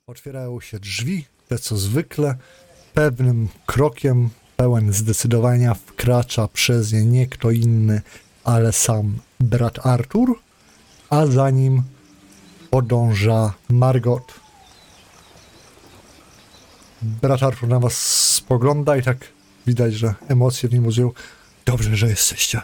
Otwierają się drzwi, te co zwykle. Pewnym krokiem, pełen zdecydowania, wkracza przez nie nie kto inny, ale sam brat Artur, a za nim podąża Margot. Brat Artur na was spogląda i tak widać, że emocje w nim buzują. Dobrze, że jesteście.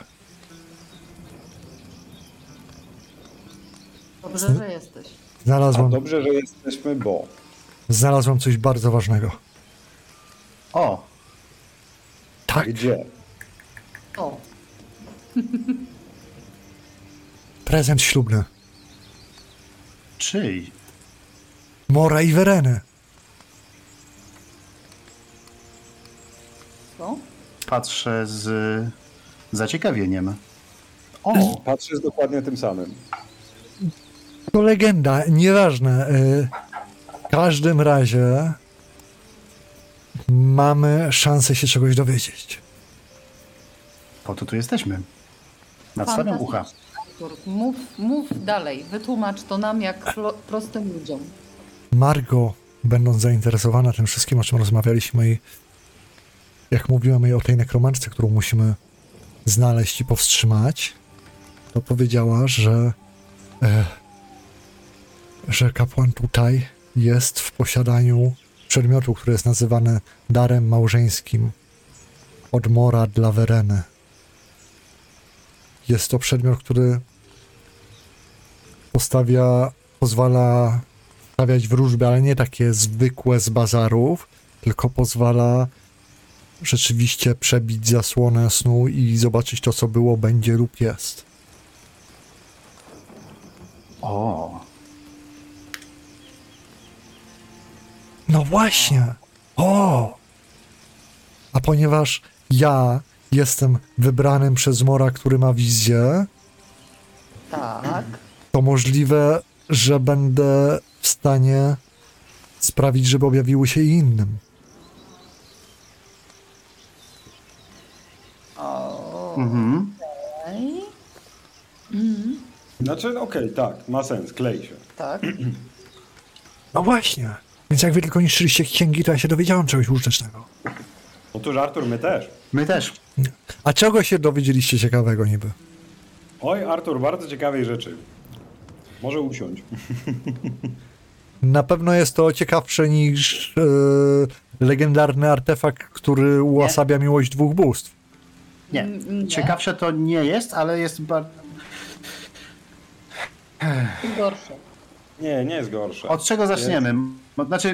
Dobrze, że jesteś. Znalazłem, Dobrze, że jesteśmy, bo... znalazłem coś bardzo ważnego. O, Tak, Gdzie? O, prezent ślubny. czyj? Mora i Wereny. co? Patrzę z zaciekawieniem. O, Patrzę z dokładnie tym samym. To legenda, nieważne. W każdym razie mamy szansę się czegoś dowiedzieć. po to tu jesteśmy. Nadstawiam ucha. Artur, mów dalej, wytłumacz to nam jak prostym ludziom. Margo, będąc zainteresowana tym wszystkim, o czym rozmawialiśmy i jak mówiłem jej o tej nekromantce, którą musimy znaleźć i powstrzymać, to powiedziała, że kapłan tutaj jest w posiadaniu przedmiotu, który jest nazywany darem małżeńskim od Mora dla Wereny. Jest to przedmiot, który pozwala stawiać wróżby, ale nie takie zwykłe z bazarów, tylko pozwala rzeczywiście przebić zasłonę snu i zobaczyć to, co było, będzie lub jest. O, No właśnie! O! A ponieważ ja jestem wybranym przez Mora, który ma wizję, Tak. to możliwe, że będę w stanie sprawić, żeby objawiły się i innym. mhm. Okej. Znaczy, okej, tak, ma sens, klei się. Tak. No właśnie. Więc jak wy tylko niszczyliście księgi, to ja się dowiedziałem czegoś użytecznego. Otóż Artur, my też. My też. A czego się dowiedzieliście ciekawego niby? Oj, Artur, bardzo ciekawej rzeczy. Może usiądź. Na pewno jest to ciekawsze niż legendarny artefakt, który uosabia miłość dwóch bóstw. Nie. Nie. Ciekawsze to nie jest, ale jest bardzo... Gorsze. Nie jest gorsze. Od czego zaczniemy? Znaczy,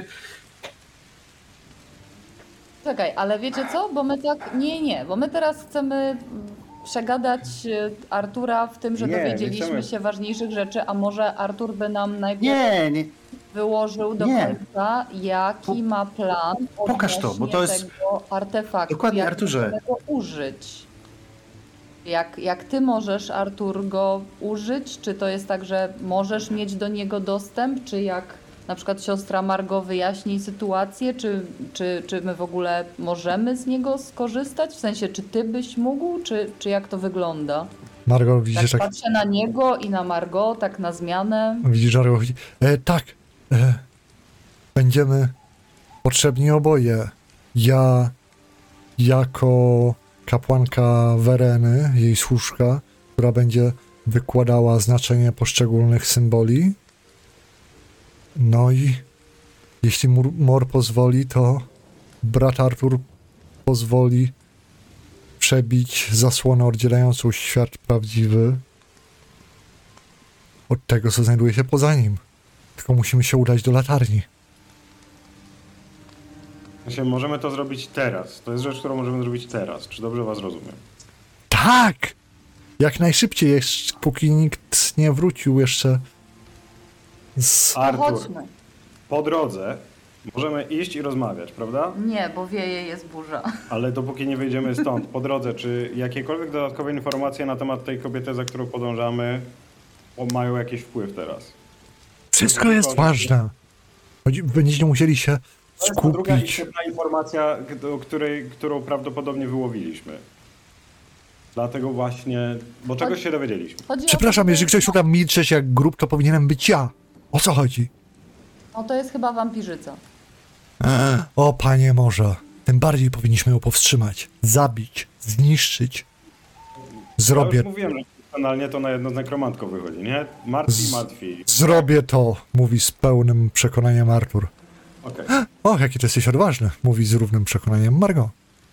Czekaj, ale wiecie co? Bo my tak... Nie, bo my teraz chcemy przegadać Artura w tym, że Nie, nie dowiedzieliśmy chcemy. się ważniejszych rzeczy, a może Artur by nam najpierw nie. wyłożył do Nie. końca, jaki ma plan Pokaż to, bo to jest- tego artefaktu. Dokładnie, jak Arturze. możemy go użyć. Jak ty możesz, Artur, go użyć? Czy to jest tak, że możesz mieć do niego dostęp? Czy jak na przykład siostra Margo wyjaśni sytuację? Czy my w ogóle możemy z niego skorzystać? W sensie, czy ty byś mógł? Czy jak to wygląda? Margo, Tak widzisz, jak patrzę na niego i na Margo, tak na zmianę. widzisz, Margo chodzi. Tak, będziemy potrzebni oboje. Ja jako kapłanka Wereny, jej służka, która będzie wykładała znaczenie poszczególnych symboli. No i jeśli Mor pozwoli, to brat Artur pozwoli przebić zasłonę oddzielającą świat prawdziwy od tego, co znajduje się poza nim. Tylko musimy się udać do latarni. Możemy to zrobić teraz. To jest rzecz, którą możemy zrobić teraz. Czy dobrze was rozumiem? Tak! Jak najszybciej, jeszcze, póki nikt nie wrócił jeszcze z... Artur, Chodźmy. po drodze możemy iść i rozmawiać, prawda? Nie, bo wieje, jest burza. Ale dopóki nie wyjdziemy stąd, po drodze, czy jakiekolwiek dodatkowe informacje na temat tej kobiety, za którą podążamy, mają jakiś wpływ teraz? Wszystko jest ważne. Będziecie musieli się To jest ta druga i skupić. szybna informacja, którą prawdopodobnie wyłowiliśmy. Dlatego właśnie, bo czegoś się dowiedzieliśmy. Chodzi o Przepraszam, to, jeżeli ktoś szuka milczeć jak grób, to powinienem być ja. O co chodzi? No to jest chyba wampirzyca. O, panie Morze, tym bardziej powinniśmy ją powstrzymać, zabić, zniszczyć. Ja Zrobię, już mówiłem, że personalnie to na jedno z nekromantką wychodzi, nie? Martwi. zrobię to, mówi z pełnym przekonaniem Artur. Okej. Och, jaki ty jesteś odważny, mówi z równym przekonaniem Margo.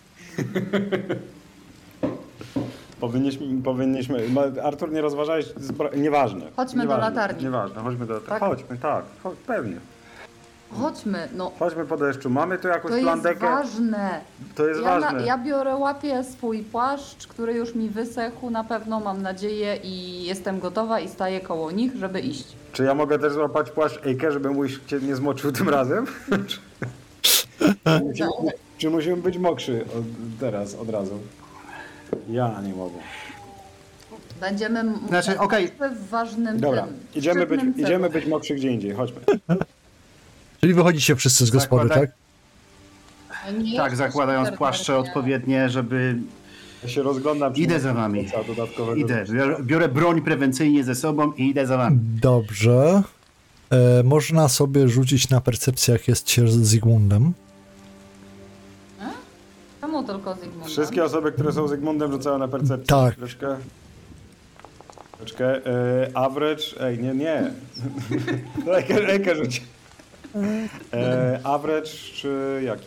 Powinniśmy. Artur, nie rozważałeś. Nieważne. Chodźmy do Nieważne, latarni. Nieważne, chodźmy do Tak? Chodźmy, tak. Pewnie. Chodźmy, no. Chodźmy po deszczu. Mamy tu jakąś To jest plandekę. ważne. To jest ważne. Ja biorę, łapię swój płaszcz, który już mi wysechł na pewno, mam nadzieję, i jestem gotowa i staję koło nich, żeby iść. Czy ja mogę też złapać płaszcz Ejkę, żeby mój cię nie zmoczył tym razem? Czy musimy być mokrzy teraz, od razu? Ja nie mogę. Będziemy Znaczy, okej. w ważnym Dobra, tym, idziemy szczytnym być mokrzy gdzie indziej, chodźmy. Czyli wychodzicie wszyscy z gospody, Zakładaj- tak? celu. Nie Tak, jesteś zakładając super, płaszcze nie. odpowiednie, żeby... Ja się rozglądam. czy Idę nie za ma wami. dodatkowego. Idę, biorę broń prewencyjnie ze sobą i idę za wami. Dobrze. Można sobie rzucić na percepcję, jak jest się z Zygmundem. Czemu tylko Zygmunt? Wszystkie osoby, które są Zygmundem, rzucają na percepcję. Tak. Chwileczkę. Average. Ej, nie. Ejkę rzuć. Average czy jaki?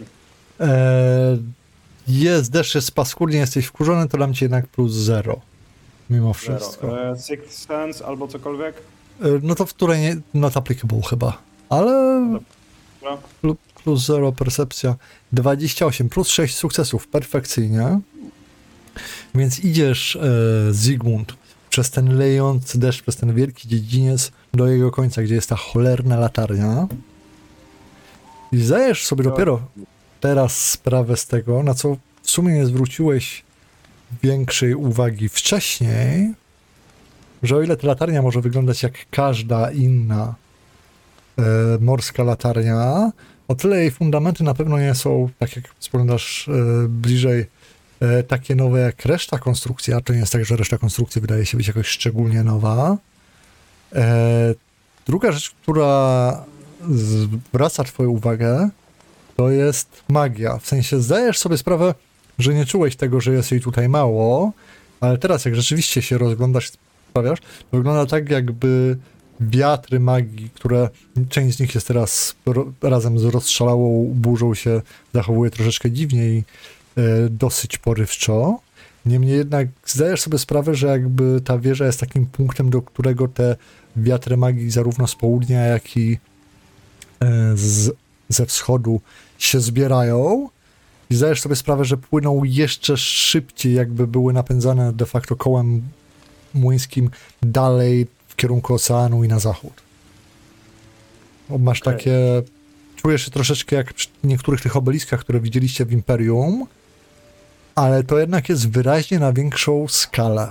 Jest deszcz, jest paskudnie, jesteś wkurzony, to dam ci jednak plus 0. Mimo Zero. wszystko. Sixth Sense albo cokolwiek? No to w której nie... Not applicable chyba. Ale Dobra. plus 0 percepcja. 28 plus 6 sukcesów. Perfekcyjnie. Więc idziesz, Zygmunt, przez ten lejący deszcz, przez ten wielki dziedziniec do jego końca, gdzie jest ta cholerna latarnia. I zdajesz sobie dopiero teraz sprawę z tego, na co w sumie nie zwróciłeś większej uwagi wcześniej, że o ile ta latarnia może wyglądać jak każda inna morska latarnia, o tyle jej fundamenty na pewno nie są, tak jak spoglądasz bliżej, takie nowe jak reszta konstrukcji, a to nie jest tak, że reszta konstrukcji wydaje się być jakoś szczególnie nowa. Druga rzecz, która zwraca twoją uwagę, to jest magia. W sensie zdajesz sobie sprawę, że nie czułeś tego, że jest jej tutaj mało, ale teraz jak rzeczywiście się rozglądasz, sprawiasz, to wygląda tak, jakby wiatry magii, które część z nich jest teraz razem z rozstrzałałą burzą się zachowuje troszeczkę dziwnie i dosyć porywczo. Niemniej jednak zdajesz sobie sprawę, że jakby ta wieża jest takim punktem, do którego te wiatry magii zarówno z południa, jak i ze wschodu się zbierają i zdajesz sobie sprawę, że płyną jeszcze szybciej, jakby były napędzane de facto kołem młyńskim dalej w kierunku oceanu i na zachód. Masz Okej. takie... Czujesz się troszeczkę jak przy niektórych tych obeliskach, które widzieliście w Imperium, ale to jednak jest wyraźnie na większą skalę.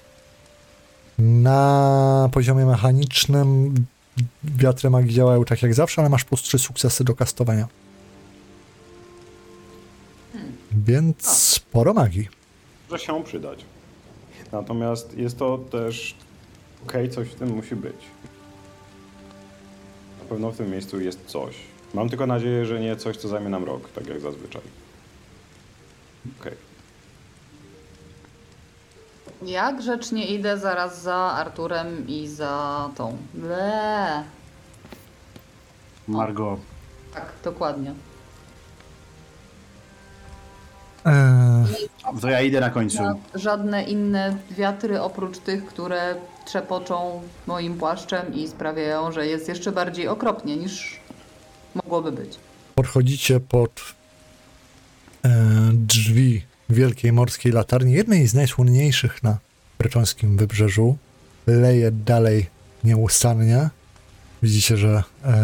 Na poziomie mechanicznym wiatry magii działają tak jak zawsze, ale masz plus 3 sukcesy do kastowania. Więc sporo magii. Może się przydać. Natomiast jest to też coś w tym musi być. Na pewno w tym miejscu jest coś. Mam tylko nadzieję, że nie coś, co zajmie nam rok, tak jak zazwyczaj. Ja grzecznie idę zaraz za Arturem i za tą. Margo, Tak, dokładnie. to ja idę na końcu. Żadne inne wiatry oprócz tych, które trzepoczą moim płaszczem i sprawiają, że jest jeszcze bardziej okropnie niż mogłoby być. Podchodzicie pod drzwi wielkiej morskiej latarni, jednej z najsłynniejszych na bretońskim wybrzeżu. Leje dalej nieustannie. Widzicie, że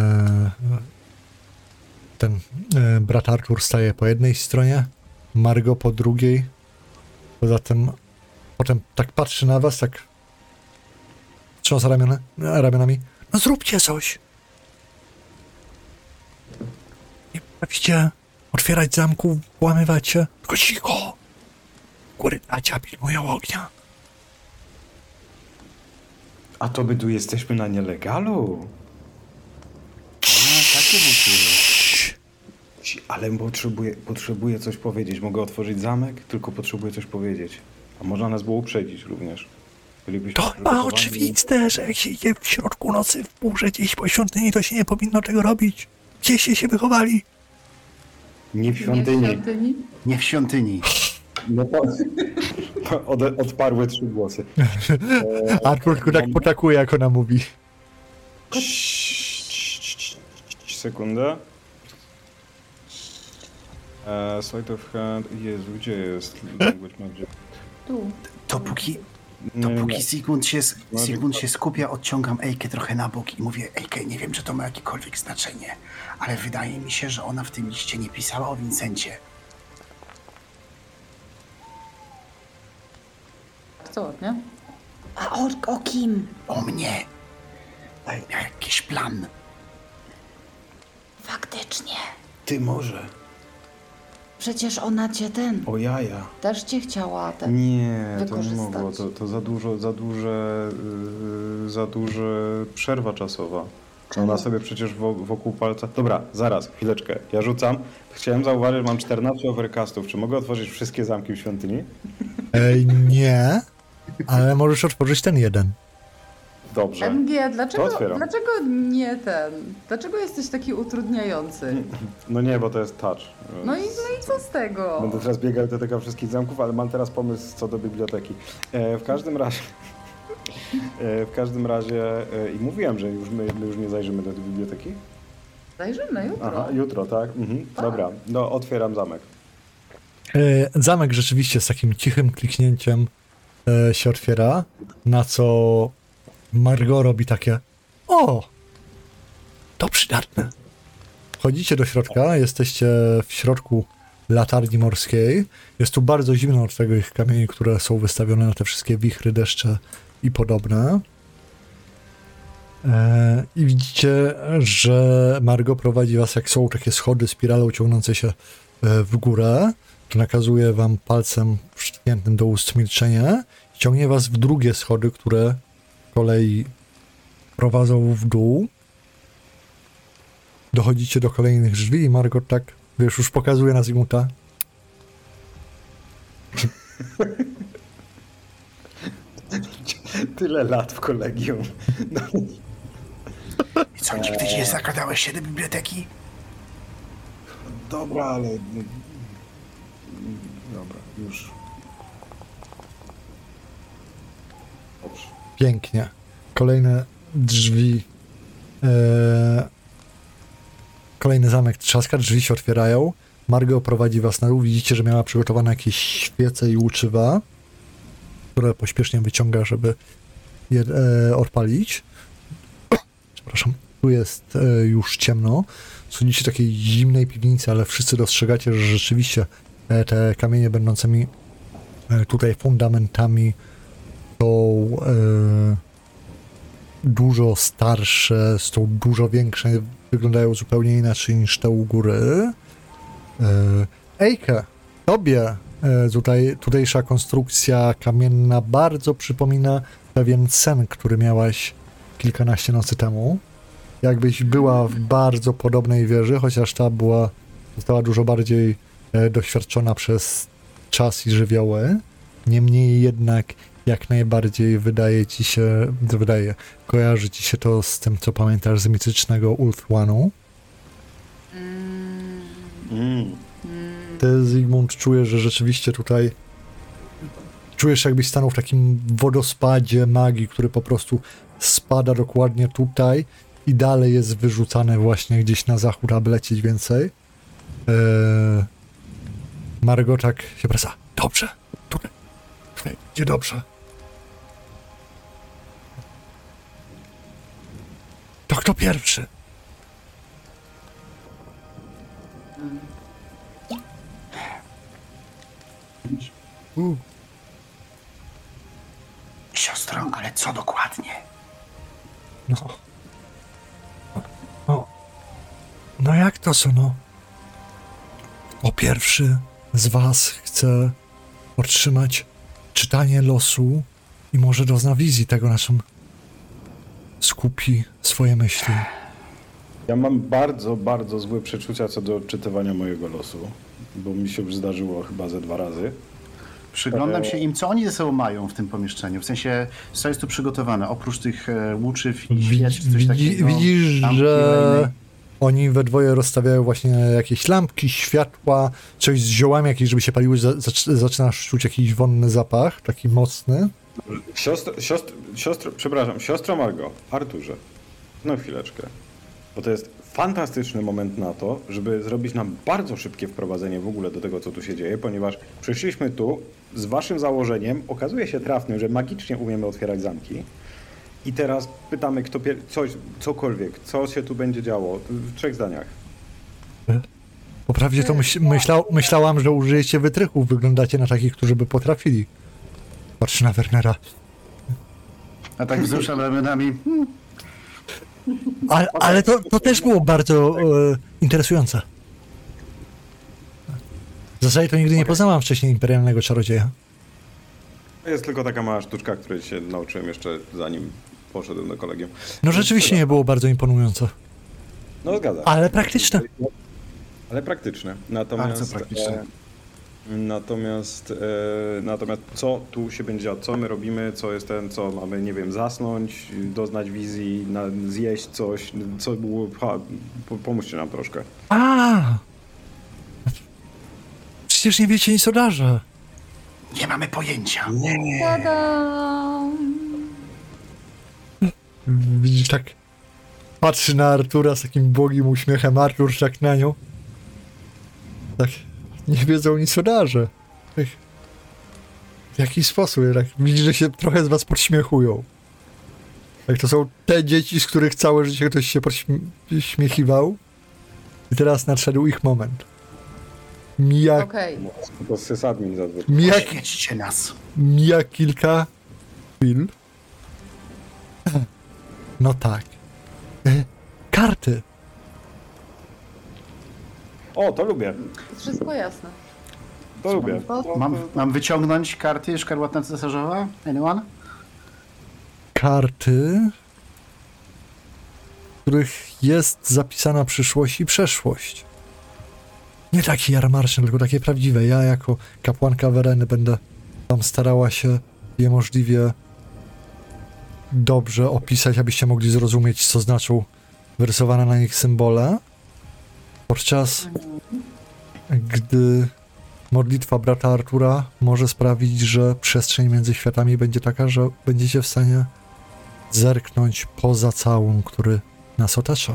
ten brat Artur staje po jednej stronie, Margo po drugiej. Poza tym potem tak patrzy na was, tak trząsa ramionami. No zróbcie coś! Nie potraficie otwierać zamków, włamywać się. Tylko cicho! Góry bracia pilnują ognia. A to my tu jesteśmy na nielegalu? Ale potrzebuję coś powiedzieć. Mogę otworzyć zamek? Tylko potrzebuję coś powiedzieć. A można nas było uprzedzić również. Bylibyśmy To chyba przygotowani. oczywiste, że jak się idzie w środku nocy w półże gdzieś po świątyni, to się nie powinno tego robić. Gdzieście się wychowali? Nie w Nie w świątyni. świątyni? Nie w świątyni. No to odparły 3 głosy. Arturku tak potakuje, jak ona mówi. Sekundę. Sleight of hand. Jezu, gdzie jest language magic? Tu. Dopóki Nie. Sigmund się skupia, odciągam Ejkę trochę na bok i mówię: Ejkę, nie wiem, czy to ma jakiekolwiek znaczenie, ale wydaje mi się, że ona w tym liście nie pisała o Vincencie. Co, nie? A o kim? O mnie. Miał jakiś plan. Faktycznie. Ty może. Przecież ona cię O jaja. też cię chciała Nie, to nie wykorzystać. mogło. To za duże przerwa czasowa. Ona sobie przecież wokół palca... Dobra, zaraz, chwileczkę. Ja rzucam. Chciałem zauważyć, że mam 14 overcastów. Czy mogę otworzyć wszystkie zamki w świątyni? Nie, ale możesz otworzyć ten jeden. Dobrze. MG, To otwieram. dlaczego nie ten? Dlaczego jesteś taki utrudniający? No nie, bo to jest touch. No i co z tego? Będę teraz biegał do tego wszystkich zamków, ale mam teraz pomysł co do biblioteki. W każdym razie i mówiłem, że my już nie zajrzymy do tej biblioteki. Zajrzymy jutro. Aha, jutro, tak? Mhm. Tak. Dobra, no otwieram zamek. Zamek rzeczywiście z takim cichym kliknięciem się otwiera, na co Margot robi takie: o! To przydatne. Wchodzicie do środka, jesteście w środku latarni morskiej. Jest tu bardzo zimno od tych kamieni, które są wystawione na te wszystkie wichry, deszcze i podobne. I widzicie, że Margot prowadzi was, jak są takie schody spiralą ciągnące się w górę. To nakazuje wam palcem przytkniętym do ust milczenie. Ciągnie was w drugie schody, które z kolei prowadzą w dół. Dochodzicie do kolejnych drzwi i Margot tak, wiesz, już pokazuje na Zygmunta. Tyle lat w kolegium. No. I co, nigdy nie zakradałeś się do biblioteki? Dobra, ale... Dobra, już. Dobrze. Pięknie. Kolejne drzwi. Kolejny zamek trzaska, drzwi się otwierają. Margot prowadzi was na dół. Widzicie, że miała przygotowane jakieś świece i łuczywa, które pośpiesznie wyciąga, żeby je odpalić. Przepraszam. Tu jest już ciemno. Schodzicie do takiej zimnej piwnicy, ale wszyscy dostrzegacie, że rzeczywiście te kamienie będącymi tutaj fundamentami są dużo starsze, są dużo większe, wyglądają zupełnie inaczej niż te u góry. Ejke, tobie tutejsza konstrukcja kamienna bardzo przypomina pewien sen, który miałaś kilkanaście nocy temu. Jakbyś była w bardzo podobnej wieży, chociaż ta została dużo bardziej doświadczona przez czas i żywioły. Niemniej jednak jak najbardziej kojarzy ci się to z tym, co pamiętasz z mitycznego Ulthuanu. Ty, Zygmunt, czujesz, że rzeczywiście tutaj czujesz, jakbyś stanął w takim wodospadzie magii, który po prostu spada dokładnie tutaj i dalej jest wyrzucane właśnie gdzieś na zachód, aby lecieć więcej. Margot tak się prasa. Dobrze, tutaj idzie dobrze. To kto pierwszy? Siostro, ale co dokładnie? No jak to co, no? O pierwszy z was chce otrzymać czytanie losu i może dozna wizji tego, na czym skupi swoje myśli. Ja mam bardzo, bardzo złe przeczucia co do odczytywania mojego losu, bo mi się już zdarzyło chyba ze 2 razy. Przyglądam się im, co oni ze sobą mają w tym pomieszczeniu. W sensie, co jest tu przygotowane, oprócz tych łuczyw i świec, coś takiego. Widzisz, lampki że olejnej. oni we dwoje rozstawiają właśnie jakieś lampki, światła, coś z ziołami jakieś, żeby się paliły. Zaczynasz czuć jakiś wonny zapach, taki mocny. Siostro Margo, Arturze, no chwileczkę, bo to jest fantastyczny moment na to, żeby zrobić nam bardzo szybkie wprowadzenie w ogóle do tego, co tu się dzieje, ponieważ przyszliśmy tu z waszym założeniem, okazuje się trafnym, że magicznie umiemy otwierać zamki i teraz pytamy, kto cokolwiek, co się tu będzie działo, w 3 zdaniach. Poprawdzie to myślałam, że użyjecie wytrychów, wyglądacie na takich, którzy by potrafili. Patrz na Wernera. A tak wzruszam ramionami. Ale to też było bardzo interesujące. W zasadzie to nigdy nie poznałam wcześniej imperialnego czarodzieja. To jest tylko taka mała sztuczka, której się nauczyłem jeszcze zanim poszedłem do kolegium. No rzeczywiście nie było bardzo imponujące. No zgadza się. Ale praktyczne. Ale praktyczne. Bardzo praktyczne. Natomiast co tu się będzie działo? Co my robimy? Co jest co mamy, nie wiem, zasnąć, doznać wizji, zjeść coś, co było... Pomóżcie nam troszkę. Przecież nie wiecie nic o darze. Nie mamy pojęcia. Tada! Widzisz, tak patrzy na Artura z takim błogim uśmiechem, Artur tak na nią. Tak, nie wiedzą nic o darze. Tak, w jaki sposób? Tak, widzisz, że się trochę z was podśmiechują. Tak, to są te dzieci, z których całe życie ktoś się podśmiechiwał. I teraz nadszedł ich moment. Okej. To z sysadmin zazwyczaj. Oświećcie nas. Mija kilka chwil. No tak. Karty. O, to lubię. Wszystko jasne. To lubię. Mam wyciągnąć karty szkarłatna cesarzowa? Anyone? Karty, w których jest zapisana przyszłość i przeszłość. Nie takie jarmarczne, tylko takie prawdziwe. Ja jako kapłanka Wereny będę tam starała się je możliwie dobrze opisać, abyście mogli zrozumieć, co znaczą wyrysowane na nich symbole. Podczas gdy modlitwa brata Artura może sprawić, że przestrzeń między światami będzie taka, że będziecie w stanie zerknąć poza całun, który nas otacza.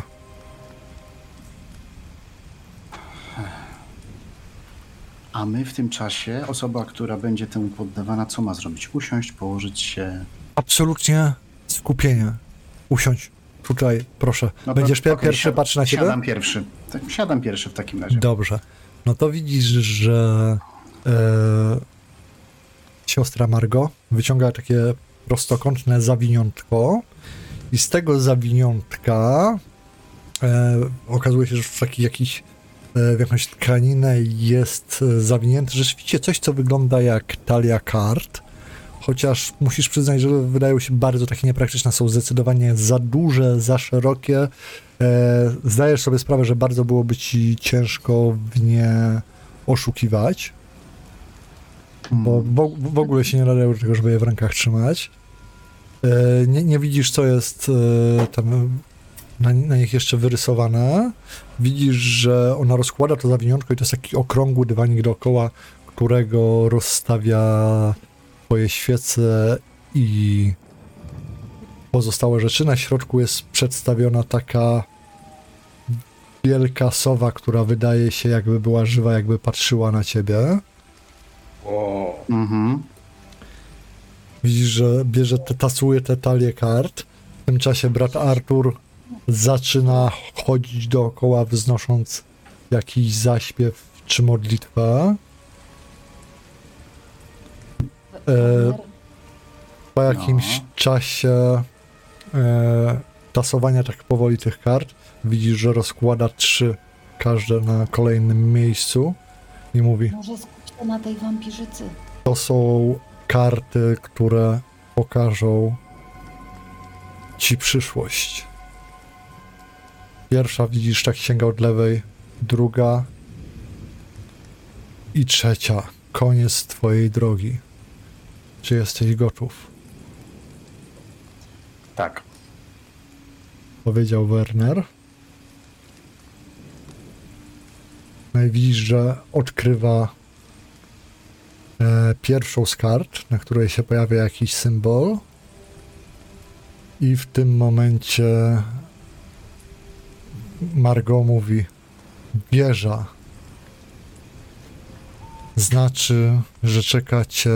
A my w tym czasie, osoba, która będzie temu poddawana, co ma zrobić? Usiąść, położyć się. Absolutnie skupienie. Usiądź. Tutaj, proszę. No to, Będziesz okej, pierwszy, patrz na ciebie? Siadam pierwszy. Tak, siadam pierwszy w takim razie. Dobrze. No to widzisz, że siostra Margo wyciąga takie prostokątne zawiniątko i z tego zawiniątka okazuje się, że w taki jakiś w jakąś tkaninę jest zawinięte rzeczywiście coś, co wygląda jak talia kart, chociaż musisz przyznać, że wydają się bardzo takie niepraktyczne, są zdecydowanie za duże, za szerokie. Zdajesz sobie sprawę, że bardzo byłoby ci ciężko w nie oszukiwać, bo w ogóle się nie nadają do tego, żeby je w rękach trzymać. Nie widzisz, co jest tam na nich jeszcze wyrysowane. Widzisz, że ona rozkłada to zawiniątko i to jest taki okrągły dywanik dookoła, którego rozstawia swoje świece i pozostałe rzeczy. Na środku jest przedstawiona taka wielka sowa, która wydaje się jakby była żywa, jakby patrzyła na ciebie. O, Mhm. Widzisz, że tasuje te talie kart. W tym czasie brat Artur zaczyna chodzić dookoła, wznosząc jakiś zaśpiew czy modlitwę. Po jakimś czasie tasowania tak powoli tych kart widzisz, że rozkłada 3, każde na kolejnym miejscu i mówi: Może skup się na tej wampirzycy. to są karty, które pokażą ci przyszłość. Pierwsza widzisz, tak sięga od lewej, druga i trzecia. Koniec twojej drogi. Czy jesteś gotów? Tak. Powiedział Werner. No i widzisz, że odkrywa pierwszą z kart, na której się pojawia jakiś symbol. I w tym momencie Margot mówi: wieża. Znaczy, że czeka cię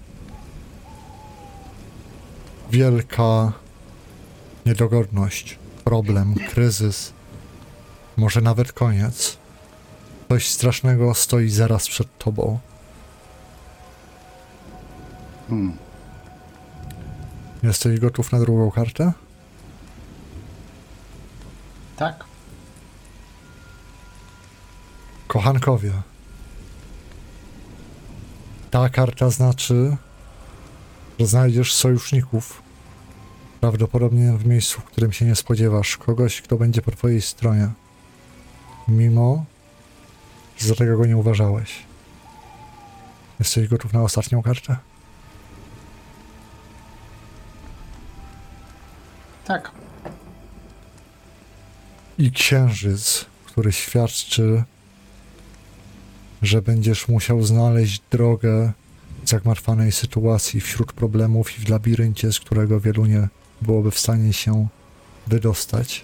wielka niedogodność, problem, kryzys, może nawet koniec. Coś strasznego stoi zaraz przed tobą. Jesteś gotów na drugą kartę? Tak. Kochankowie. Ta karta znaczy, że znajdziesz sojuszników. Prawdopodobnie w miejscu, w którym się nie spodziewasz. Kogoś, kto będzie po twojej stronie. Mimo, że za tego go nie uważałeś. Jesteś gotów na ostatnią kartę? Tak. I księżyc, który świadczy, że będziesz musiał znaleźć drogę w zagmatwanej sytuacji, wśród problemów i w labiryncie, z którego wielu nie byłoby w stanie się wydostać.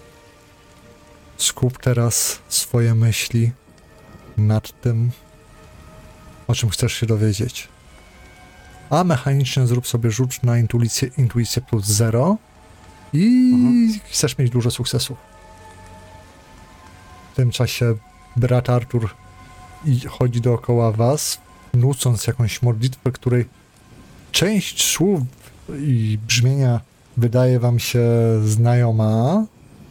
Skup teraz swoje myśli nad tym, o czym chcesz się dowiedzieć. A mechanicznie zrób sobie rzut na intuicję plus 0 i chcesz mieć dużo sukcesów. W tym czasie brat Artur chodzi dookoła was, nucąc jakąś modlitwę, której część słów i brzmienia wydaje wam się znajoma,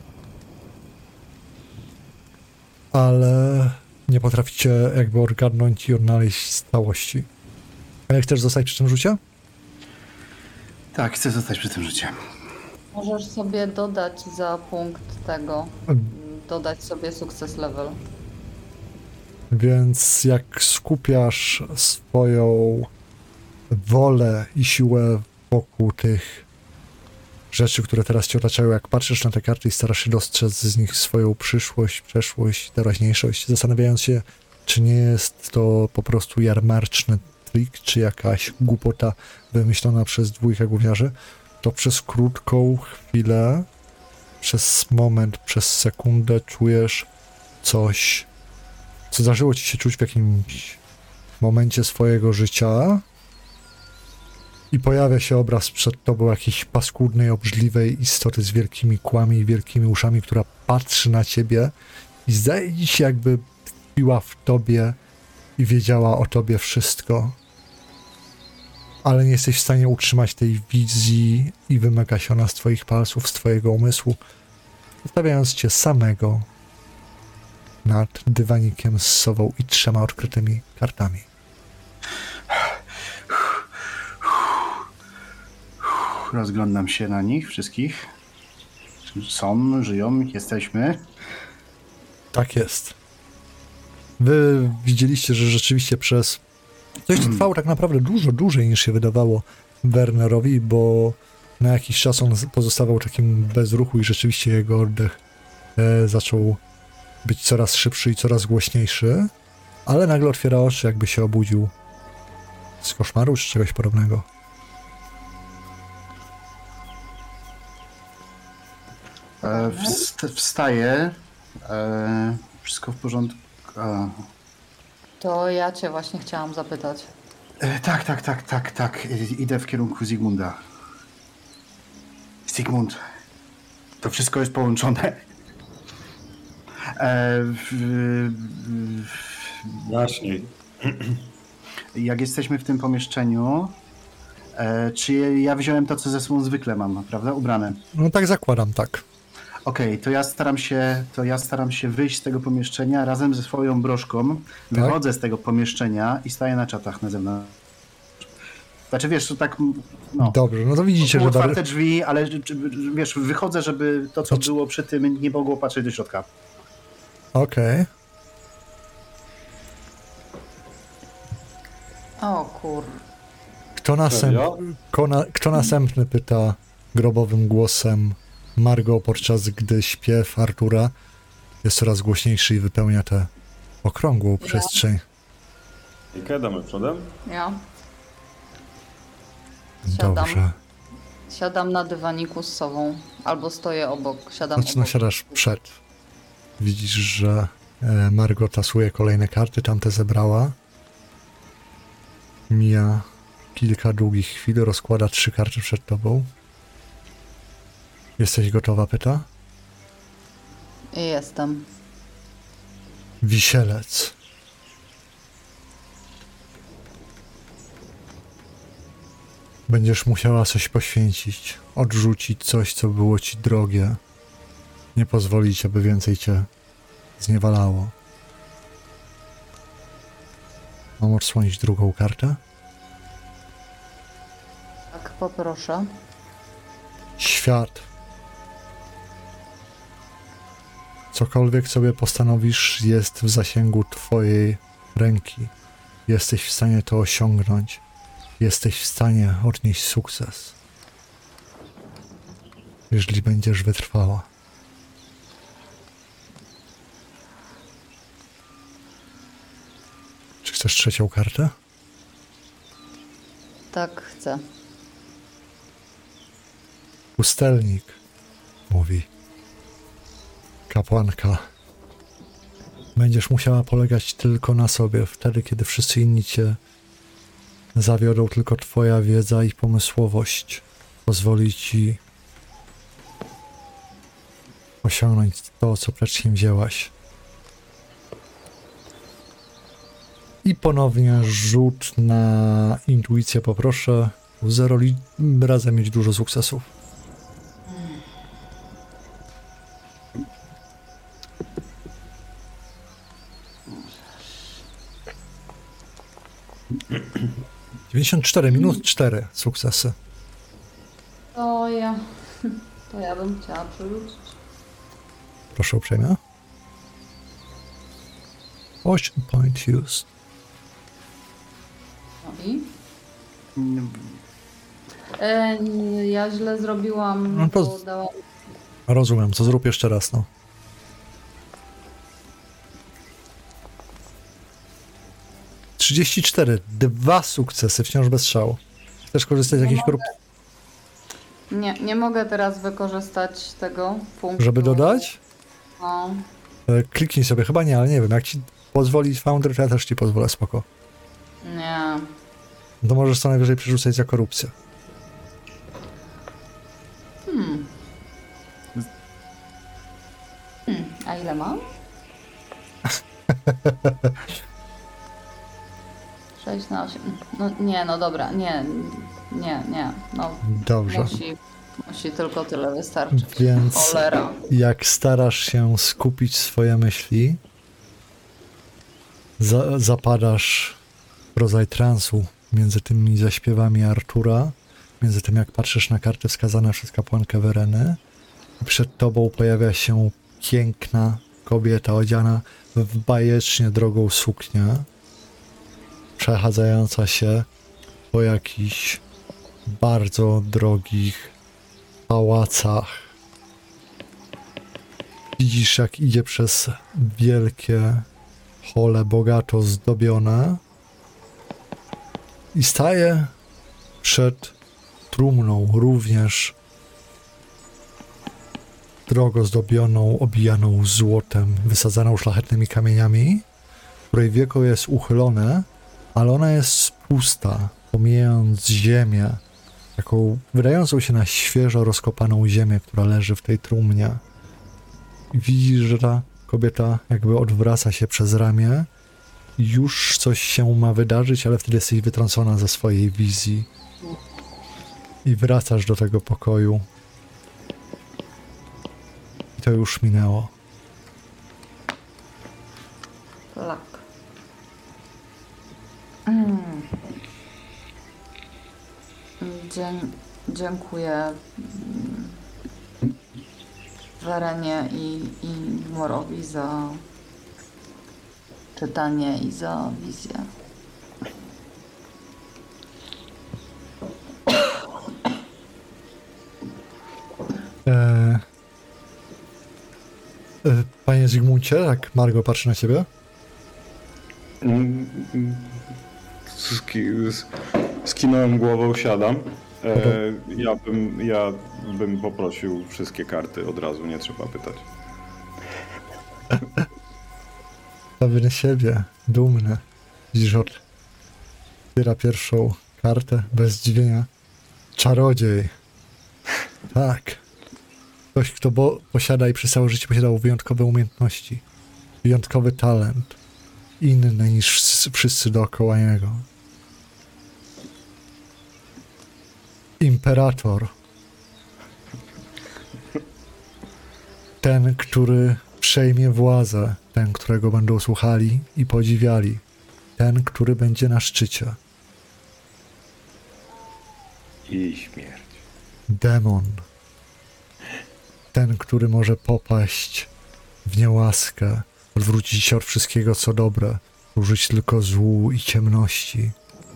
ale nie potraficie jakby odgadnąć i odnaleźć całości. Ale chcesz zostać przy tym rzucie? Tak, chcę zostać przy tym rzucie. Możesz sobie dodać za punkt tego, dodać sobie sukces level. Więc jak skupiasz swoją wolę i siłę wokół tych rzeczy, które teraz cię otaczają, jak patrzysz na te karty i starasz się dostrzec z nich swoją przyszłość, przeszłość, teraźniejszość, zastanawiając się, czy nie jest to po prostu jarmarczny trik, czy jakaś głupota wymyślona przez dwójkę gówniarzy, to przez krótką chwilę, przez moment, przez sekundę czujesz coś, co zdarzyło ci się czuć w jakimś momencie swojego życia i pojawia się obraz przed tobą jakiejś paskudnej, obrzydliwej istoty z wielkimi kłami i wielkimi uszami, która patrzy na ciebie i zdaje ci się, jakby tkwiła w tobie i wiedziała o tobie wszystko. Ale nie jesteś w stanie utrzymać tej wizji i wymyka się ona z twoich palców, z twojego umysłu, zostawiając cię samego nad dywanikiem z sową i 3 odkrytymi kartami. Rozglądam się na nich wszystkich. Są, żyją, jesteśmy. Tak jest. Wy widzieliście, że rzeczywiście przez coś trwało tak naprawdę dużo dłużej niż się wydawało Wernerowi, bo na jakiś czas on pozostawał takim bez ruchu i rzeczywiście jego oddech zaczął być coraz szybszy i coraz głośniejszy, ale nagle otwiera oczy, jakby się obudził z koszmaru czy czegoś podobnego. Wstaję. Wszystko w porządku. To ja cię właśnie chciałam zapytać. Tak. Idę w kierunku Zygmunda. Zygmunt. To wszystko jest połączone. Jaśniej. Jak jesteśmy w tym pomieszczeniu, czy ja wziąłem to, co ze sobą zwykle mam, prawda? Ubrane. No tak zakładam, tak. Okej, to ja staram się wyjść z tego pomieszczenia razem ze swoją broszką. Wychodzę z tego pomieszczenia i staję na czatach na zewnątrz. Znaczy wiesz, to tak, no, Dobrze, no to widzicie, są że otwarte drzwi, ale wiesz, wychodzę, żeby to, co Znaczy- było przy tym, nie mogło patrzeć do środka. Okej. O kur... Serio? Kto następny pyta grobowym głosem Margo, podczas gdy śpiew Artura jest coraz głośniejszy i wypełnia tę okrągłą przestrzeń. Ejkę, damy przodem? Ja Siadam. Dobrze. siadam na dywaniku z sobą. Albo stoję obok, siadam Znaczy, no obok. siadasz przed. Widzisz, że Margo tasuje kolejne karty, tamte zebrała. Mija kilka długich chwil, rozkłada 3 karty przed tobą. Jesteś gotowa, pyta? Jestem. Wisielec. Będziesz musiała coś poświęcić, odrzucić coś, co było ci drogie. Nie pozwolić, aby więcej cię zniewalało. Mam odsłonić drugą kartę? Tak, poproszę. Świat. Cokolwiek sobie postanowisz, jest w zasięgu twojej ręki. Jesteś w stanie to osiągnąć. Jesteś w stanie odnieść sukces. Jeżeli będziesz wytrwała. Czy chcesz trzecią kartę? Tak, chcę. Pustelnik, mówi kapłanka. Będziesz musiała polegać tylko na sobie, wtedy kiedy wszyscy inni cię zawiodą. Tylko twoja wiedza i pomysłowość pozwoli ci osiągnąć to, co przedsięwzięłaś. I ponownie rzut na intuicję poproszę. 0 razem mieć dużo sukcesów. -94 4 sukcesy. To ja... To ja bym chciała przerzucić. Proszę uprzejmie. 8 point used. No i? Ja źle zrobiłam, No to- bo dałam... Rozumiem, co zrób jeszcze raz, no. 34, 2 sukcesy, wciąż bez strzału. Chcesz korzystać z jakiejś korupcji, Nie mogę teraz wykorzystać tego punktu. żeby dodać? No, Kliknij sobie, chyba nie, ale nie wiem, jak ci pozwoli Foundry, to ja też ci pozwolę, spoko. nie. To możesz co najwyżej przerzucać za korupcję. A ile mam? 6 na 8. No nie, no dobra, nie. No Dobrze. musi tylko tyle wystarczyć. Więc Cholera. jak starasz się skupić swoje myśli, zapadasz w rodzaj transu między tymi zaśpiewami Artura, między tym jak patrzysz na karty wskazane przez kapłankę Wereny i przed tobą pojawia się piękna kobieta odziana w bajecznie drogą suknię, przechadzająca się po jakichś bardzo drogich pałacach. Widzisz, jak idzie przez wielkie hole bogato zdobione i staje przed trumną, również drogo zdobioną, obijaną złotem, wysadzaną szlachetnymi kamieniami, której wieko jest uchylone, ale ona jest pusta, pomijając ziemię, taką wydającą się na świeżo rozkopaną ziemię, która leży w tej trumnie. I widzisz, że ta kobieta jakby odwraca się przez ramię. Już coś się ma wydarzyć, ale wtedy jesteś wytrącona ze swojej wizji. I wracasz do tego pokoju. I to już minęło. Plak. Dziękuję Werenie i Morowi za czytanie i za wizję. Panie Zygmuncie, jak Margo patrzy na ciebie? Skinąłem głową, siadam. Ja bym poprosił wszystkie karty od razu, nie trzeba pytać. Pewny siebie, dumny. Widzisz, otwiera pierwszą kartę bez zdziwienia. Czarodziej. Tak. Ktoś, kto posiada i przez całe życie posiadał wyjątkowe umiejętności. Wyjątkowy talent. Inny niż wszyscy dookoła niego. Imperator. Ten, który przejmie władzę. Ten, którego będą słuchali i podziwiali. Ten, który będzie na szczycie. I śmierć. Demon. Ten, który może popaść w niełaskę, odwrócić się od wszystkiego, co dobre, służyć tylko złu i ciemności.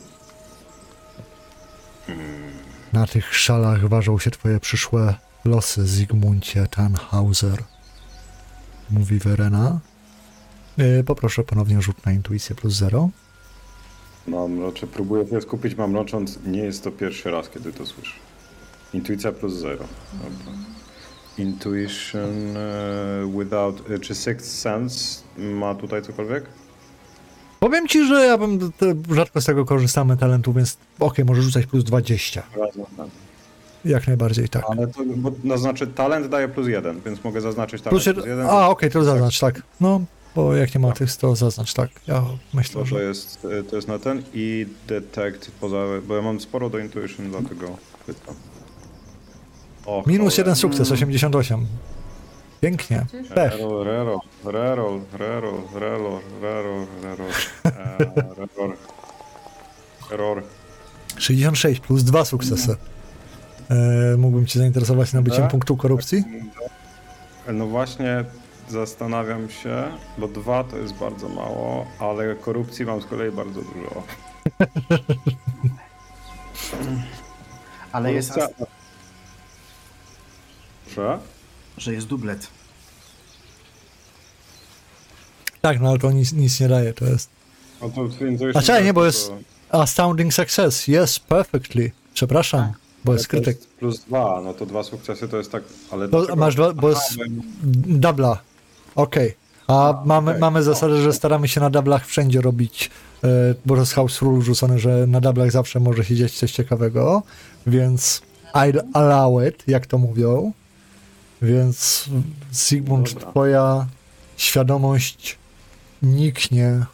Na tych szalach ważą się twoje przyszłe losy, Zygmuncie Tannhauser. Mówi Verena. Poproszę ponownie rzut na intuicję +0. Próbuję się skupić, mam mrocząc. Nie jest to pierwszy raz, kiedy to słyszę. Intuicja +0. Dobra. Intuition without... Czy Sixth Sense ma tutaj cokolwiek? Powiem ci, że ja bym rzadko z tego korzystamy talentu, więc okej, może rzucać +20. Jak najbardziej, tak. Ale to, no znaczy talent daje +1, więc mogę zaznaczyć talent +1. A, okej, to zaznacz, tak. No, bo jak nie ma tych, to zaznacz, tak. Ja myślę, To że... jest na ten i detect bo ja mam sporo do intuition, dlatego pytam. O, Minus cholera. 1 sukces, 88. Pięknie. Pech. Error. 66 plus 2 sukcesy. Mógłbym cię zainteresować nabiciem punktu korupcji? No właśnie zastanawiam się, bo 2 to jest bardzo mało, ale korupcji mam z kolei bardzo dużo. Ale jest, Proszę? że jest dublet. Tak, no ale to nic nie daje, to jest... No to intuition A czekaj, nie, bo to- jest astounding success. Yes, perfectly. Przepraszam, bo jest to krytyk. jest +2, no to 2 sukcesy to jest tak, ale To dlaczego? masz dwa, bo jest dubla. Okej. A mamy zasadę, że staramy się na dublach wszędzie robić, bo to jest house rule rzucone, że na dublach zawsze może się dziać coś ciekawego, więc I'll allow it, jak to mówią. Więc Zygmunt, Dobra. twoja świadomość niknie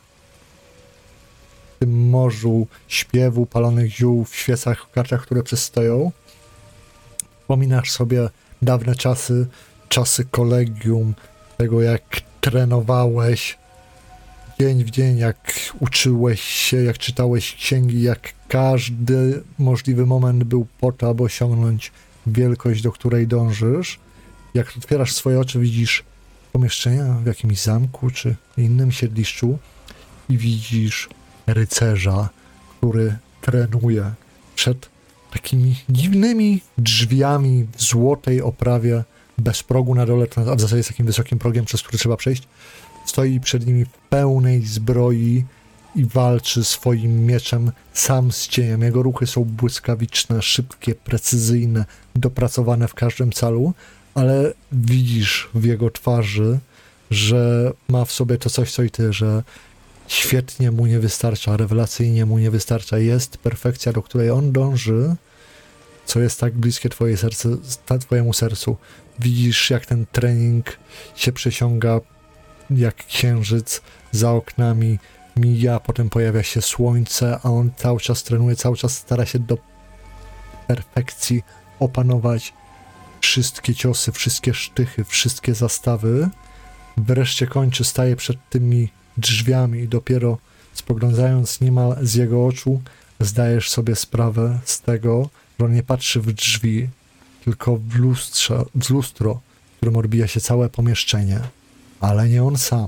w tym morzu śpiewu, palonych ziół, w świecach, w kartach, które przystoją. Wspominasz sobie dawne czasy kolegium, tego jak trenowałeś dzień w dzień, jak uczyłeś się, jak czytałeś księgi, jak każdy możliwy moment był po to, aby osiągnąć wielkość, do której dążysz. Jak otwierasz swoje oczy, widzisz pomieszczenia w jakimś zamku czy innym siedliszczu i widzisz rycerza, który trenuje przed takimi dziwnymi drzwiami w złotej oprawie, bez progu na dole, a w zasadzie jest takim wysokim progiem, przez który trzeba przejść. Stoi przed nimi w pełnej zbroi i walczy swoim mieczem sam z cieniem. Jego ruchy są błyskawiczne, szybkie, precyzyjne, dopracowane w każdym calu, ale widzisz w jego twarzy, że ma w sobie to coś, co i ty, że świetnie mu nie wystarcza, rewelacyjnie mu nie wystarcza. Jest perfekcja, do której on dąży, co jest tak bliskie twojemu sercu. Widzisz, jak ten trening się przesiąga jak księżyc za oknami, mija, potem pojawia się słońce, a on cały czas trenuje, cały czas stara się do perfekcji opanować wszystkie ciosy, wszystkie sztychy, wszystkie zastawy. Wreszcie kończy, staje przed tymi drzwiami i dopiero spoglądając niemal z jego oczu zdajesz sobie sprawę z tego, które nie patrzy w drzwi, tylko w lustro, w którym odbija się całe pomieszczenie, ale nie on sam.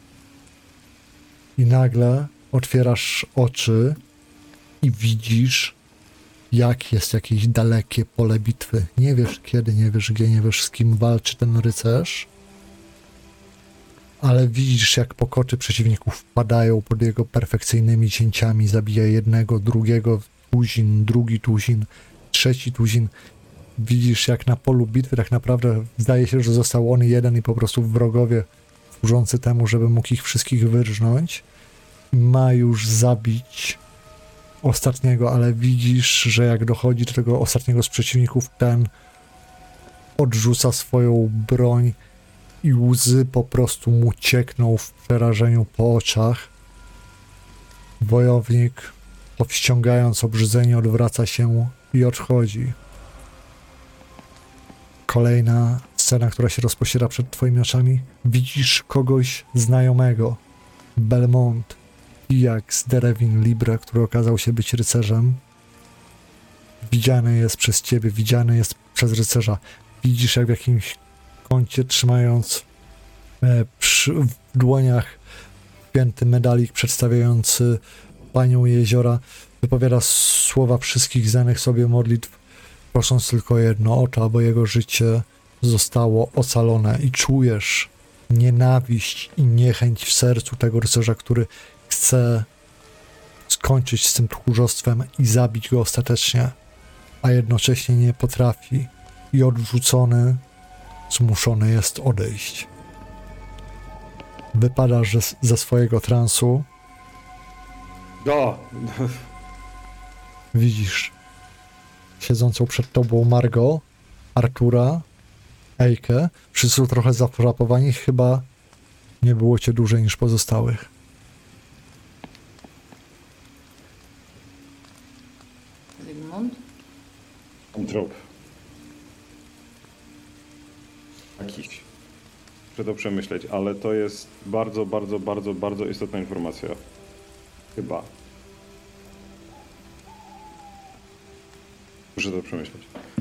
I nagle otwierasz oczy i widzisz, jak jest jakieś dalekie pole bitwy. Nie wiesz kiedy, nie wiesz gdzie, nie wiesz z kim walczy ten rycerz, ale widzisz, jak pokoty przeciwników wpadają pod jego perfekcyjnymi cięciami, zabija jednego, drugiego tuzin, drugi tuzin, trzeci tuzin. Widzisz, jak na polu bitwy tak naprawdę zdaje się, że został on jeden i po prostu wrogowie służący temu, żeby mógł ich wszystkich wyrżnąć. Ma już zabić ostatniego, ale widzisz, że jak dochodzi do tego ostatniego z przeciwników, ten odrzuca swoją broń i łzy po prostu mu ciekną w przerażeniu po oczach. Wojownik, powściągając obrzydzenie, odwraca się i odchodzi. Kolejna scena, która się rozpościera przed twoimi oczami. Widzisz kogoś znajomego. Belmont, pijak z Derewin Libre, który okazał się być rycerzem. Widziany jest przez ciebie, widziany jest przez rycerza. Widzisz, jak w jakimś kącie, trzymając w dłoniach pięty medalik przedstawiający panią jeziora, wypowiada słowa wszystkich znanych sobie modlitw, prosząc tylko jedno, o to, aby jego życie zostało ocalone. I czujesz nienawiść i niechęć w sercu tego rycerza, który chce skończyć z tym tchórzostwem i zabić go ostatecznie, a jednocześnie nie potrafi i odrzucony zmuszony jest odejść. Wypadasz ze swojego transu. Widzisz siedzącą przed tobą Margot, Artura, Ejkę. Wszyscy są trochę zafrapowani, chyba nie było cię dłużej niż pozostałych. Zygmunt? Trop. Jakiś. Muszę to przemyśleć, ale to jest bardzo, bardzo, bardzo, bardzo istotna informacja. Chyba. Muszę to przemyśleć.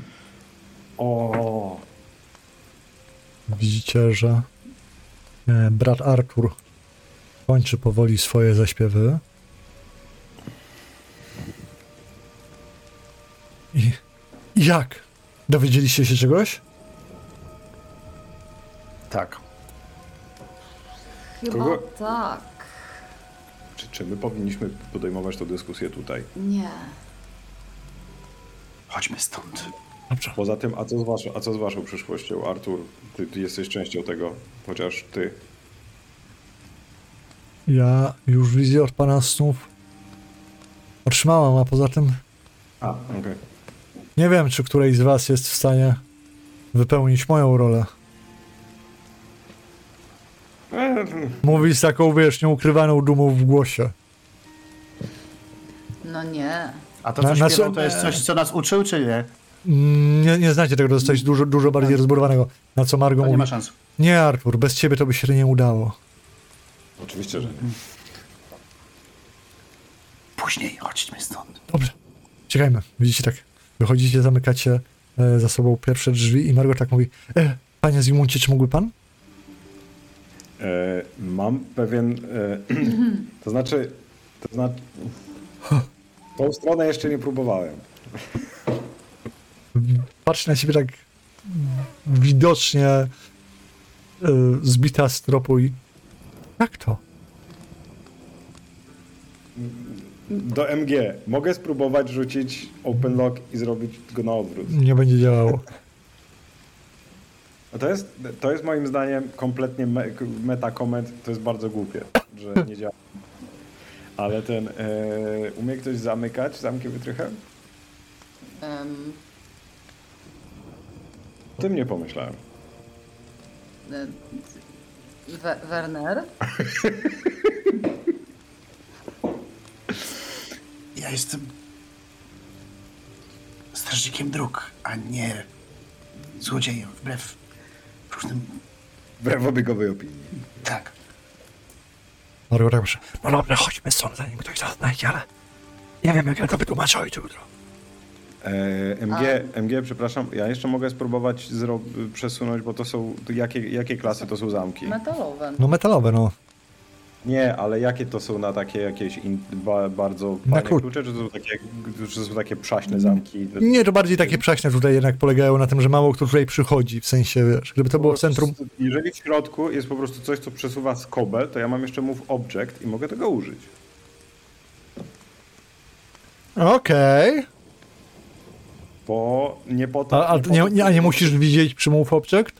O. Widzicie, że brat Artur kończy powoli swoje zaśpiewy. I jak? Dowiedzieliście się czegoś? Tak. Chyba Kogo? tak. Czy my powinniśmy podejmować tę dyskusję tutaj? Nie. Chodźmy stąd. Dobrze. Poza tym, a co z waszą przyszłością, Artur? Ty jesteś częścią tego, chociaż ty. Ja już wizję od pana snów otrzymałam, a poza tym Okej. nie wiem, czy któryś z was jest w stanie wypełnić moją rolę. Mówi z taką, wiesz, nieukrywaną dumą w głosie. No nie. A to, Na- co na śpiewał, co- to jest coś, co nas uczył, czy nie? Nie znacie tego, to jest coś dużo bardziej rozbudowanego. Na co Margot To nie mówi, ma szans. nie Artur, bez ciebie to by się nie udało. Oczywiście, że nie. Później chodźmy stąd. Dobrze, czekajmy. Widzicie tak, wychodzicie, zamykacie za sobą pierwsze drzwi i Margot tak mówi, panie Zygmuncie, czy mógłby pan? Mam pewien... to znaczy... Tą stronę jeszcze nie próbowałem. Patrzy na siebie tak widocznie zbita z tropu i jak to? Do MG. Mogę spróbować rzucić open lock i zrobić go na odwrót. Nie będzie działało. A to jest moim zdaniem kompletnie meta comment. To jest bardzo głupie, że nie działa. Ale umie ktoś zamykać zamkiem wytrychem? O tym nie pomyślałem. Werner? Ja jestem strażnikiem dróg, a nie złodziejem, wbrew różnym... Wbrew obiegowej opinii. Tak. Margot tak proszę, no dobra, chodźmy stąd, zanim ktoś nas znajdzie, ale nie wiem, jak ja to wytłumaczę ojcu jutro. MG, przepraszam, ja jeszcze mogę spróbować przesunąć, bo to są, jakie klasy to są zamki? Metalowe. No metalowe, no. Nie, ale jakie to są na takie jakieś bardzo Na fajne klucze, czy to są takie przaśne zamki? Nie, to bardziej takie przaśne tutaj jednak polegają na tym, że mało kto tutaj przychodzi, w sensie, wiesz, gdyby to było w centrum... Jeżeli w środku jest po prostu coś, co przesuwa skobel, to ja mam jeszcze move object i mogę tego użyć. Okej. Bo nie po to... A nie musisz widzieć przy move object?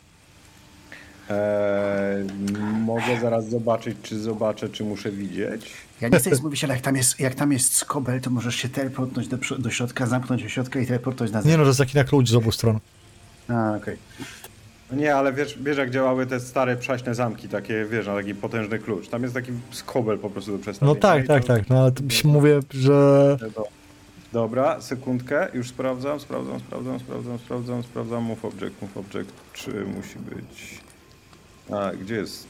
Mogę zaraz zobaczyć, czy muszę widzieć. Ja nie chcę nic mówić, ale jak tam jest skobel, to możesz się teleportnąć do środka, zamknąć ośrodka i teleportować na Nie zewnątrz. no, to jest taki na klucz z obu stron. A, okej. No nie, ale wiesz jak działały te stare przaśne zamki, takie, wiesz, na taki potężny klucz. Tam jest taki skobel po prostu do przestawienia. No tak, i tak, to- tak, no ale to mówię, że... Dobra, sekundkę, już sprawdzam, move object, czy musi być... A, gdzie jest...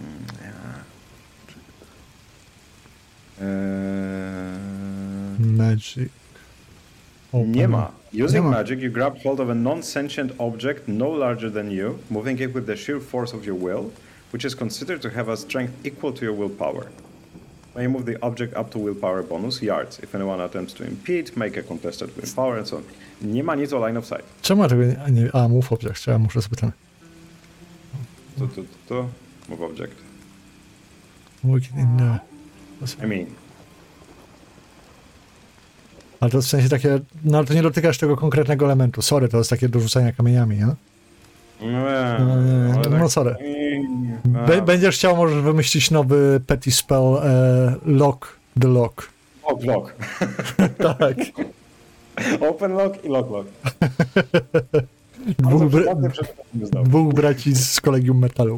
Magic. Nie ma. Nie Using ma. magic, you grab hold of a non-sentient object no larger than you, moving it with the sheer force of your will, which is considered to have a strength equal to your willpower. When you move the object up to willpower bonus yards. If anyone attempts to impede, make a contested willpower and so on. Nie ma nic o line of sight. Czemu ja tego nie... A, move object, ja muszę sobie ten... To move object. Wicked in the... I mean, Ale to w sensie takie... No ale to nie dotykasz tego konkretnego elementu. Sorry, to jest takie do rzucania kamieniami, nie? No sorry. Będziesz chciał, możesz wymyślić nowy petty spell lock the lock. Lock. Tak. Open lock i lock. Dwóch braci z kolegium metalu.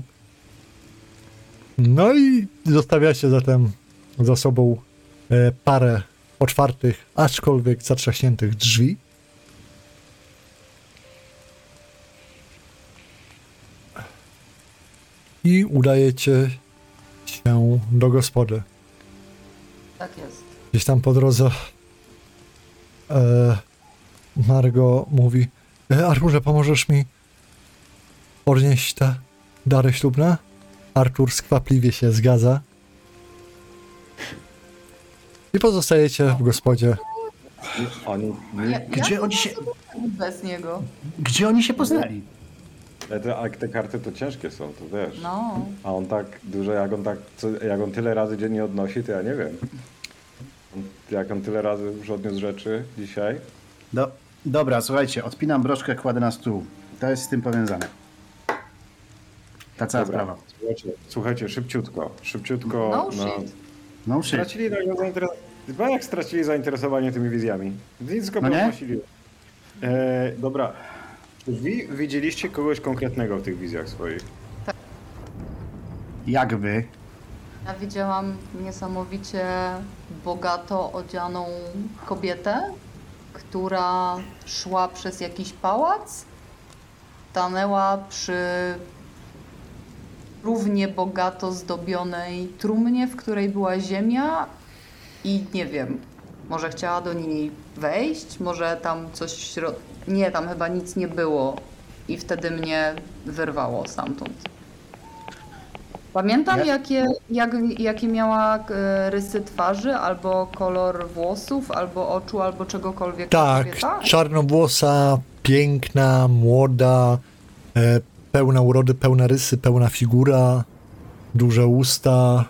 No i zostawiacie zatem za sobą parę otwartych, aczkolwiek zatrzaśniętych drzwi. I udajecie się do gospody. Tak jest. Gdzieś tam po drodze Margo mówi: Arturze, pomożesz mi odnieść te dary ślubne? Artur skwapliwie się zgadza. I pozostajecie w gospodzie. Gdzie oni się... Bez niego. Gdzie oni się poznali? Te karty to ciężkie są, to wiesz. No. A on tak dużo, jak on tyle razy dziennie odnosi, to ja nie wiem. Jak on tyle razy już odniósł rzeczy dzisiaj. Dobra, słuchajcie, odpinam broszkę, kładę na stół. To jest z tym powiązane. Ta cała Dobra, sprawa. słuchajcie, szybciutko. No shit. No shit. Stracili zainteresowanie tymi wizjami. Nic go No nie? podnosili. Dobra. Czy wy widzieliście kogoś konkretnego w tych wizjach swoich? Jakby. Ja widziałam niesamowicie bogato odzianą kobietę, która szła przez jakiś pałac, stanęła przy równie bogato zdobionej trumnie, w której była ziemia i nie wiem, może chciała do niej wejść, może tam coś w środku... Nie, tam chyba nic nie było i wtedy mnie wyrwało stamtąd. Pamiętam, jakie miała rysy twarzy, albo kolor włosów, albo oczu, albo czegokolwiek. Tak, kobieta? czarnowłosa, piękna, młoda, pełna urody, pełna rysy, pełna figura, duże usta.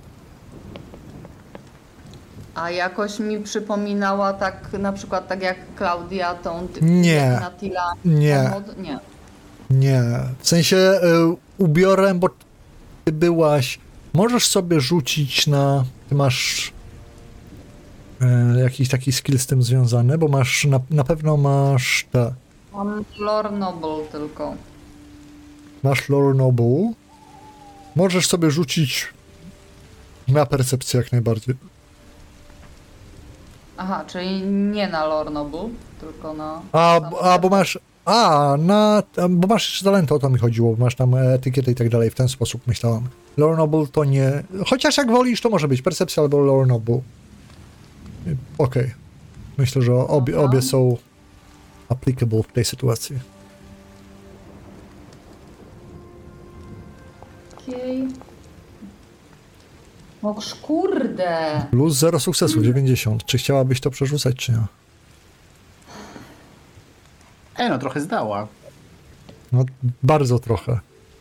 A jakoś mi przypominała tak, na przykład tak jak Klaudia, tą Nie. jak Natila. Nie. Nie. Nie, w sensie ubiorem, bo ty byłaś, możesz sobie rzucić na, ty masz jakiś taki skill z tym związany, bo masz, na pewno masz te, Mam Lore Noble tylko. masz Lore Noble, możesz sobie rzucić na percepcję jak najbardziej. Aha, czyli nie na Lore Noble, tylko na... Bo masz, bo masz jeszcze talenty, o to mi chodziło, masz tam etykietę i tak dalej, w ten sposób myślałam. Lore Noble to nie, chociaż jak wolisz, to może być percepcja albo Lore Noble. Okej. Myślę, że obie są applicable w tej sytuacji. Okej. O kurde! Plus 0 sukcesów, 90. Czy chciałabyś to przerzucać, czy nie? No trochę zdała. No, bardzo trochę.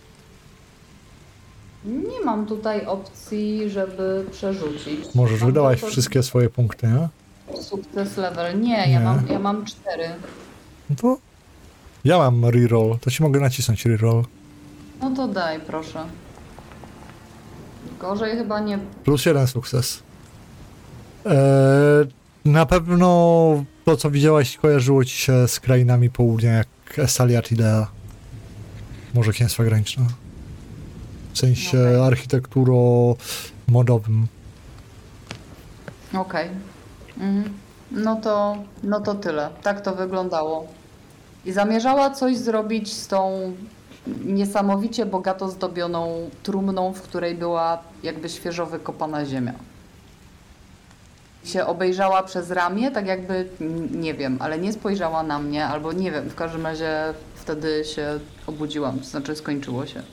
Nie mam tutaj opcji, żeby przerzucić. Możesz, Mam wydałaś tylko wszystkie swoje punkty, nie? Sukces level. Nie, Nie. ja mam 4. No to ja mam reroll, to ci mogę nacisnąć reroll. No to daj, proszę. Gorzej chyba nie. Plus 1 sukces. Na pewno to, co widziałaś, kojarzyło ci się z krainami południa, jak Estaliat Idea. Może księstwa graniczne. W sensie Okej. architekturo-modowym. Okej. Mhm. No to tyle. Tak to wyglądało. I zamierzała coś zrobić z tą niesamowicie bogato zdobioną trumną, w której była jakby świeżo wykopana ziemia. Się obejrzała przez ramię, tak jakby, nie wiem, ale nie spojrzała na mnie, albo nie wiem, w każdym razie wtedy się obudziłam, to znaczy skończyło się.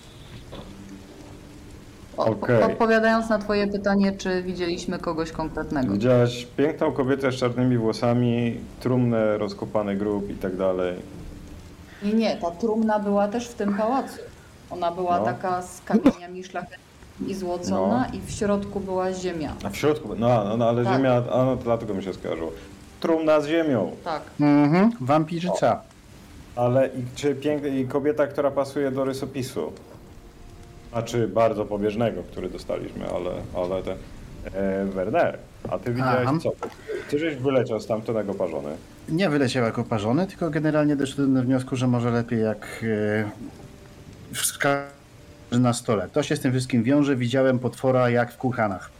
Okej. Odpowiadając na twoje pytanie, czy widzieliśmy kogoś konkretnego. Widziałaś piękną kobietę z czarnymi włosami, trumnę, rozkopany grób i tak dalej. Nie, ta trumna była też w tym pałacu. Ona była No. taka z kamieniami szlachetnymi i złocona i w środku była ziemia. A w środku, no ale Tak. ziemia, no to dlatego mi się skojarzyło. Trumna z ziemią, Tak. Wampirzyca. ale i kobieta, która pasuje do rysopisu. Znaczy bardzo pobieżnego, który dostaliśmy, ale te... Werner, a ty widziałeś Aha. co? Ty żeś wyleciał stamtąd oparzony. Nie wyleciał jako parzony, tylko generalnie doszedłem do wniosku, że może lepiej jak na stole. To się z tym wszystkim wiąże. Widziałem potwora jak w kurhanach.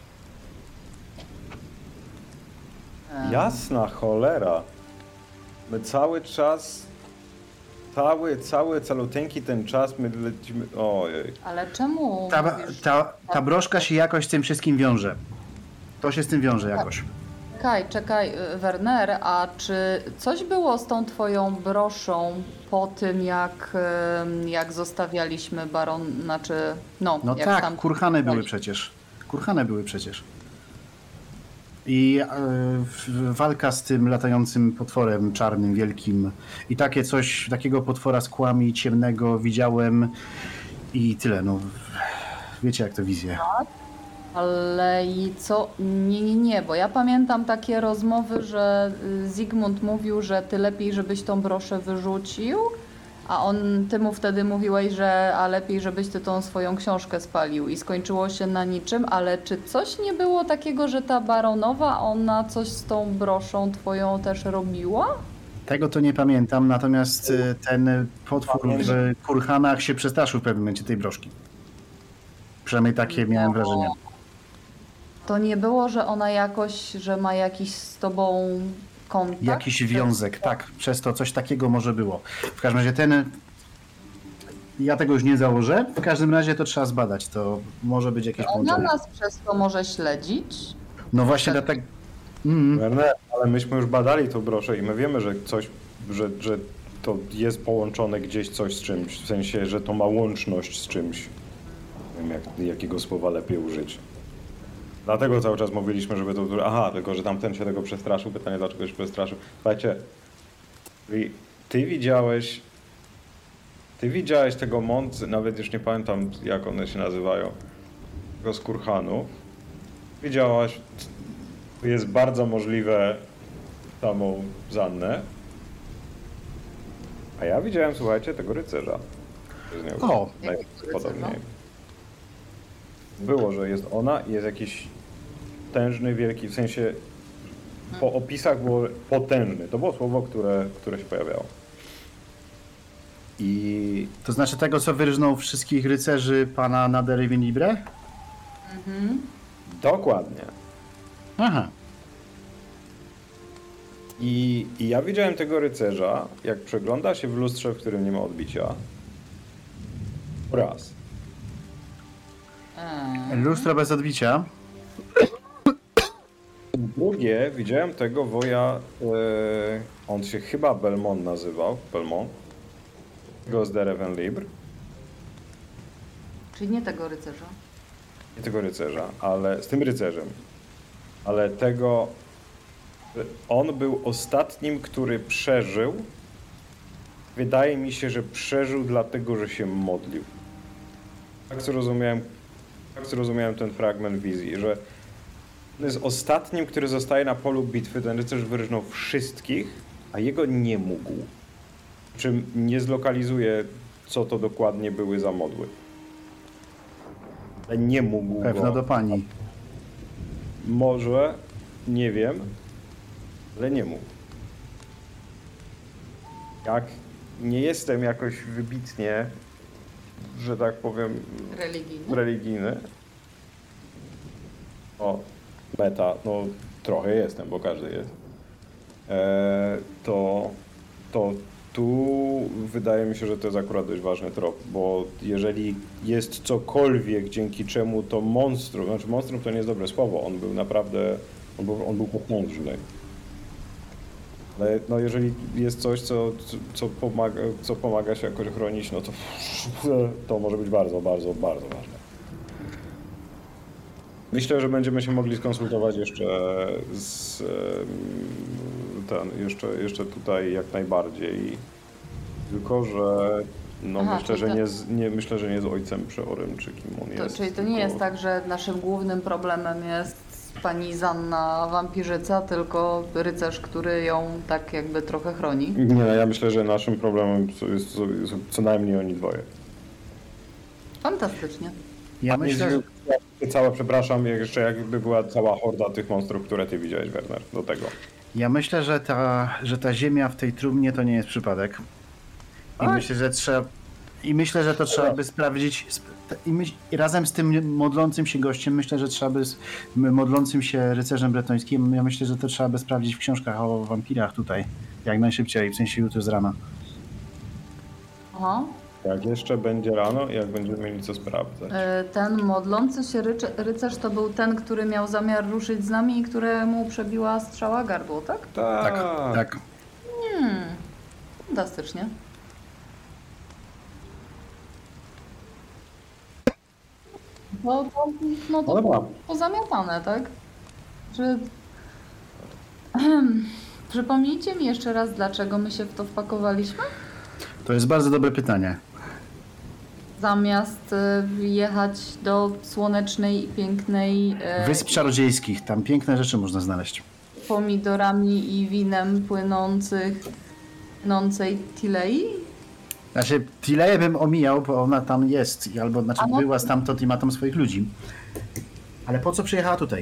Jasna cholera. My cały czas, cały caluteńki ten czas my lecimy... Ojej. Ale czemu mówisz... Ta broszka się jakoś z tym wszystkim wiąże. To się z tym wiąże jakoś. Czekaj, Werner, a czy coś było z tą twoją broszą po tym, jak zostawialiśmy znaczy, No jak tak, tam... kurhany były przecież. Kurhany były przecież. I walka z tym latającym potworem czarnym, wielkim. I takie coś, takiego potwora z kłami ciemnego widziałem i tyle. No, wiecie jak to wizje. Ale i co? Nie, bo ja pamiętam takie rozmowy, że Zygmunt mówił, że ty lepiej, żebyś tą broszę wyrzucił, a ty mu wtedy mówiłeś, że lepiej, żebyś ty tą swoją książkę spalił i skończyło się na niczym, ale czy coś nie było takiego, że ta baronowa, ona coś z tą broszą twoją też robiła? Tego to nie pamiętam, natomiast ten potwór w kurhanach się przestraszył w pewnym momencie tej broszki. Przynajmniej takie miałem wrażenie. To nie było, że ona jakoś, że ma jakiś z tobą kontakt? Jakiś wiązek, tak, przez to coś takiego może było. W każdym razie ja tego już nie założę, w każdym razie to trzeba zbadać, to może być jakieś Ona połączenie. nas przez to może śledzić? No właśnie dlatego... Werner, ale myśmy już badali tą broszę i my wiemy, że coś, że to jest połączone gdzieś coś z czymś, w sensie, że to ma łączność z czymś. Nie wiem, jakiego słowa lepiej użyć. Dlatego cały czas mówiliśmy, żeby to... Aha, tylko że tamten się tego przestraszył. Pytanie, dlaczego się przestraszył. Słuchajcie, ty widziałeś tego nawet już nie pamiętam, jak one się nazywają, tego z kurhanu. Widziałaś, jest bardzo możliwe samą Zannę. A ja widziałem, słuchajcie, tego rycerza. Z nią O! najprawdopodobniej. Było, że jest ona i jest jakiś potężny, wielki, w sensie po opisach było potężny. To było słowo, które się pojawiało. I To znaczy tego, co wyrżnął wszystkich rycerzy pana Nadery Libre? dokładnie. Aha. I ja widziałem tego rycerza, jak przegląda się w lustrze, w którym nie ma odbicia. Raz. Lustro bez odbicia. Drugie, widziałem tego woja, on się chyba Belmont nazywał, Belmont, tego z Dereven Libre, Czyli nie tego rycerza. nie tego rycerza, ale z tym rycerzem, ale tego, on był ostatnim, który przeżył. Wydaje mi się, że przeżył dlatego, że się modlił. Tak zrozumiałem ten fragment wizji, że on jest ostatnim, który zostaje na polu bitwy. Ten rycerz wyrżnął wszystkich, a jego nie mógł. Czym nie zlokalizuje, co to dokładnie były za modły. Ale nie mógł Pewno go. do pani. Może, nie wiem, ale nie mógł. Jak nie jestem jakoś wybitnie, że tak powiem, religijny. O, meta, no trochę jestem, bo każdy jest. To tu wydaje mi się, że to jest akurat dość ważny trop, bo jeżeli jest cokolwiek, dzięki czemu to monstrum, znaczy monstrum to nie jest dobre słowo, on był naprawdę, on był potężny. Ale no jeżeli jest coś, co pomaga się jakoś chronić, no to może być bardzo, bardzo, bardzo ważne. Myślę, że będziemy się mogli skonsultować jeszcze z jeszcze tutaj jak najbardziej. Tylko że no Aha, myślę, czyli że to- myślę, że nie z ojcem Przeorym, czy kim on To, jest. czyli to nie tylko- jest tak, że naszym głównym problemem jest pani Zanna wampirzyca, tylko rycerz, który ją tak jakby trochę chroni. Nie, no ja myślę, że naszym problemem jest co najmniej oni dwoje. Fantastycznie. Ja myślę, że... Przepraszam, jeszcze jakby była cała horda tych monstrów, które ty widziałeś, Werner, do tego. Ja myślę, że ta ziemia w tej trumnie to nie jest przypadek. I myślę, że to trzeba by sprawdzić. I razem z tym modlącym się gościem, myślę, że trzeba by modlącym się rycerzem bretońskim, ja myślę, że to trzeba by sprawdzić w książkach o wampirach tutaj. Jak najszybciej, w sensie jutro z rana. Aha. Jak jeszcze będzie rano i jak będziemy mieli co sprawdzać. Ten modlący się rycerz to był ten, który miał zamiar ruszyć z nami i któremu przebiła strzała gardło, tak? Tak. Fantastycznie. No to dobra. pozamiatane, tak? Czy... Przypomnijcie mi jeszcze raz, dlaczego my się w to wpakowaliśmy? To jest bardzo dobre pytanie. Zamiast jechać do słonecznej i pięknej Wysp Czarodziejskich, tam piękne rzeczy można znaleźć. pomidorami i winem płynącej Tilei? Znaczy, Tileję bym omijał, bo ona tam jest, znaczy A no- była stamtąd i ma tam swoich ludzi. Ale po co przyjechała tutaj?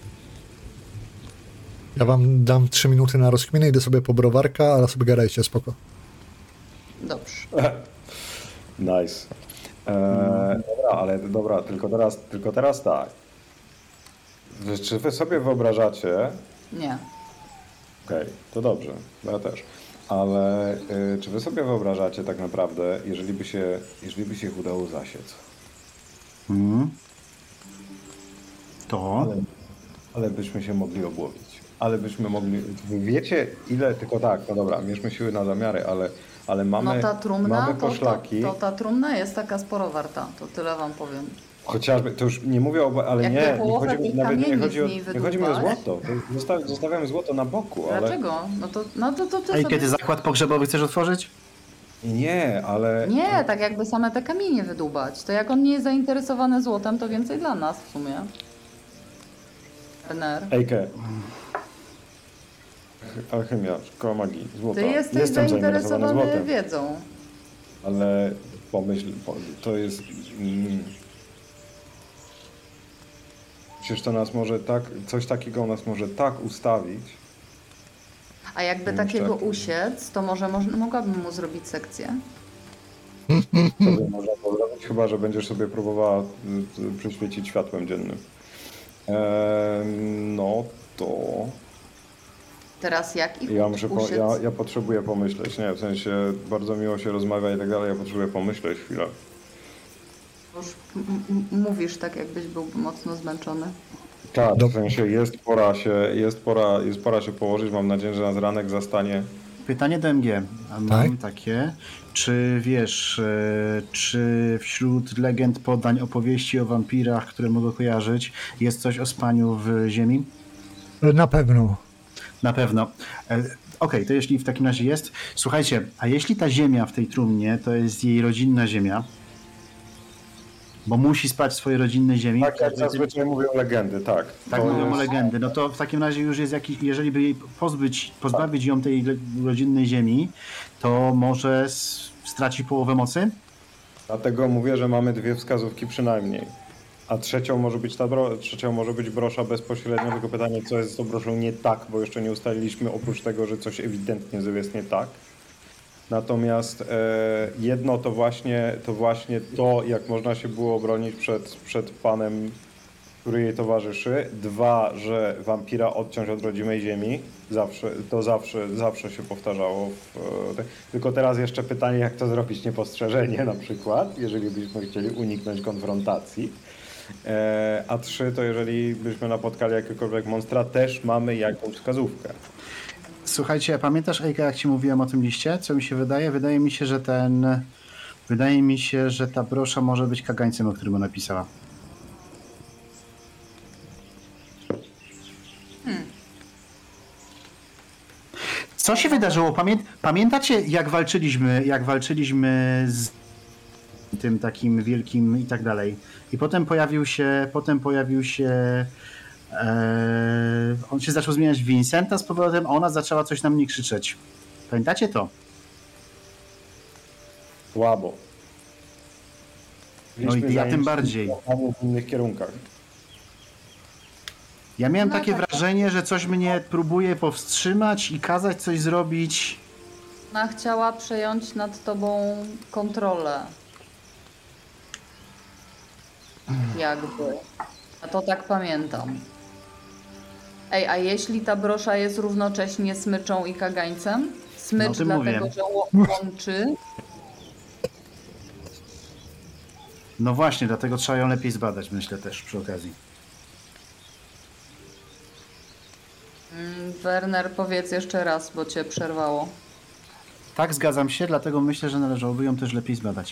Ja wam dam 3 minuty na rozkminę, idę sobie po browarka, ale sobie gadajcie, spoko. Dobrze. Nice. Dobra, ale dobra, tylko teraz tak. Czy wy sobie wyobrażacie, Nie. okej, to dobrze, ja też, ale czy wy sobie wyobrażacie tak naprawdę, jeżeli by się ich udało zasiec, To... ale byśmy się mogli obłowić, ale byśmy mogli, wy wiecie ile, tylko tak, no dobra, mierzmy siły na zamiary, ale mamy, No ta trumna, mamy to poszlaki, ta trumna jest taka sporo warta, to tyle wam powiem. chociażby, to już nie mówię o, ale Jakby nie połowę chodzi mi, tych nawet nie kamieni chodzi o, z niej nie chodzi mi o wydłubać. złoto, to zostawiamy złoto na boku, ale... Dlaczego? No to ty Ej, sobie... kiedy zakład pogrzebowy chcesz otworzyć? Nie, ale... Nie, tak jakby same te kamienie wydłubać. To jak on nie jest zainteresowany złotem, to więcej dla nas w sumie. Werner. Ejke. Alchemia, szkoła magii, złota. Ty jesteś Jestem zainteresowany złotem, wiedzą. ale to jest... Przecież to nas może tak, coś takiego nas może tak ustawić. A jakby Nie takiego myślę. usiec, to może mogłabym mu zrobić sekcję. Sobie można to zrobić, chyba że będziesz sobie próbowała przyświecić światłem dziennym. No to... Teraz jak ich Ja, usiec? ja potrzebuję pomyśleć, nie, w sensie bardzo miło się rozmawia i tak dalej, ja potrzebuję pomyśleć chwilę. Już mówisz tak, jakbyś był mocno zmęczony. Tak, Do- w sensie jest pora się położyć. Mam nadzieję, że nas ranek zastanie. Pytanie do MG. A mam takie. Czy wiesz, czy wśród legend, podań, opowieści o wampirach, które mogę kojarzyć, jest coś o spaniu w ziemi? Na pewno. Na pewno. Okej, to jeśli w takim razie jest. Słuchajcie, a jeśli ta ziemia w tej trumnie to jest jej rodzinna ziemia, bo musi spać w swojej rodzinnej ziemi. Tak jak zazwyczaj mówią legendy, tak. Tak To mówią o jest- legendy. No to w takim razie już jest jakiś, jeżeli by jej pozbawić ją tej rodzinnej ziemi, to może straci połowę mocy? Dlatego mówię, że mamy dwie wskazówki przynajmniej. A trzecią może być trzecią może być brosza bezpośrednio, tylko pytanie, co jest z tą broszą nie tak, bo jeszcze nie ustaliliśmy, oprócz tego, że coś ewidentnie jest nie tak. Natomiast jedno to właśnie to, jak można się było obronić przed panem, który jej towarzyszy. Dwa, że wampira odciąć od rodzimej ziemi. Zawsze się powtarzało. Tylko teraz jeszcze pytanie, jak to zrobić niepostrzeżenie na przykład, jeżeli byśmy chcieli uniknąć konfrontacji. A trzy, to jeżeli byśmy napotkali jakiegokolwiek monstra, też mamy jakąś wskazówkę. Słuchajcie, a pamiętasz, Ejka, jak ci mówiłem o tym liście? Co mi się wydaje? Wydaje mi się, że ta brosza może być kagańcem, o którym ona napisała. Co się wydarzyło? Pamiętacie, jak walczyliśmy z tym takim wielkim i tak dalej? I potem pojawił się on się zaczął zmieniać w Vincenta z powrotem, a ona zaczęła coś na mnie krzyczeć. Pamiętacie to? Słabo. No i ja tym bardziej. W innych kierunkach. Ja miałem No takie tak. wrażenie, że coś mnie próbuje powstrzymać i kazać coś zrobić. Ona chciała przejąć nad tobą kontrolę. Jakby. A to tak pamiętam. Ej, a jeśli ta brosza jest równocześnie smyczą i kagańcem? No, o Smycz tym dlatego, mówię. że łączy. No właśnie, dlatego trzeba ją lepiej zbadać, myślę też przy okazji. Werner, powiedz jeszcze raz, bo cię przerwało. Tak, zgadzam się, dlatego myślę, że należałoby ją też lepiej zbadać.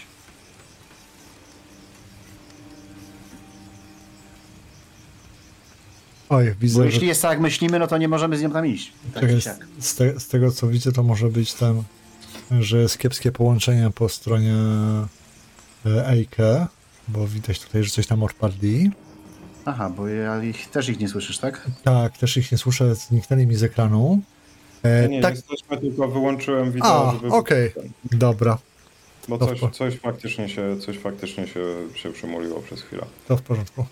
Oj, Bo widzę, że jeśli jest tak, jak myślimy, no to nie możemy z nią tam iść. Tak tak czy jest, siak. z tego co widzę, to może być że jest kiepskie połączenie po stronie Eike, bo widać tutaj, że coś tam odpadli. Aha, bo też ich nie słyszysz, tak? Tak, też ich nie słyszę, zniknęli mi z ekranu. Nie, Tak, jesteśmy, tylko wyłączyłem wideo, żeby... okej, dobra, Bo To coś faktycznie się przymuliło przez chwilę. to w porządku.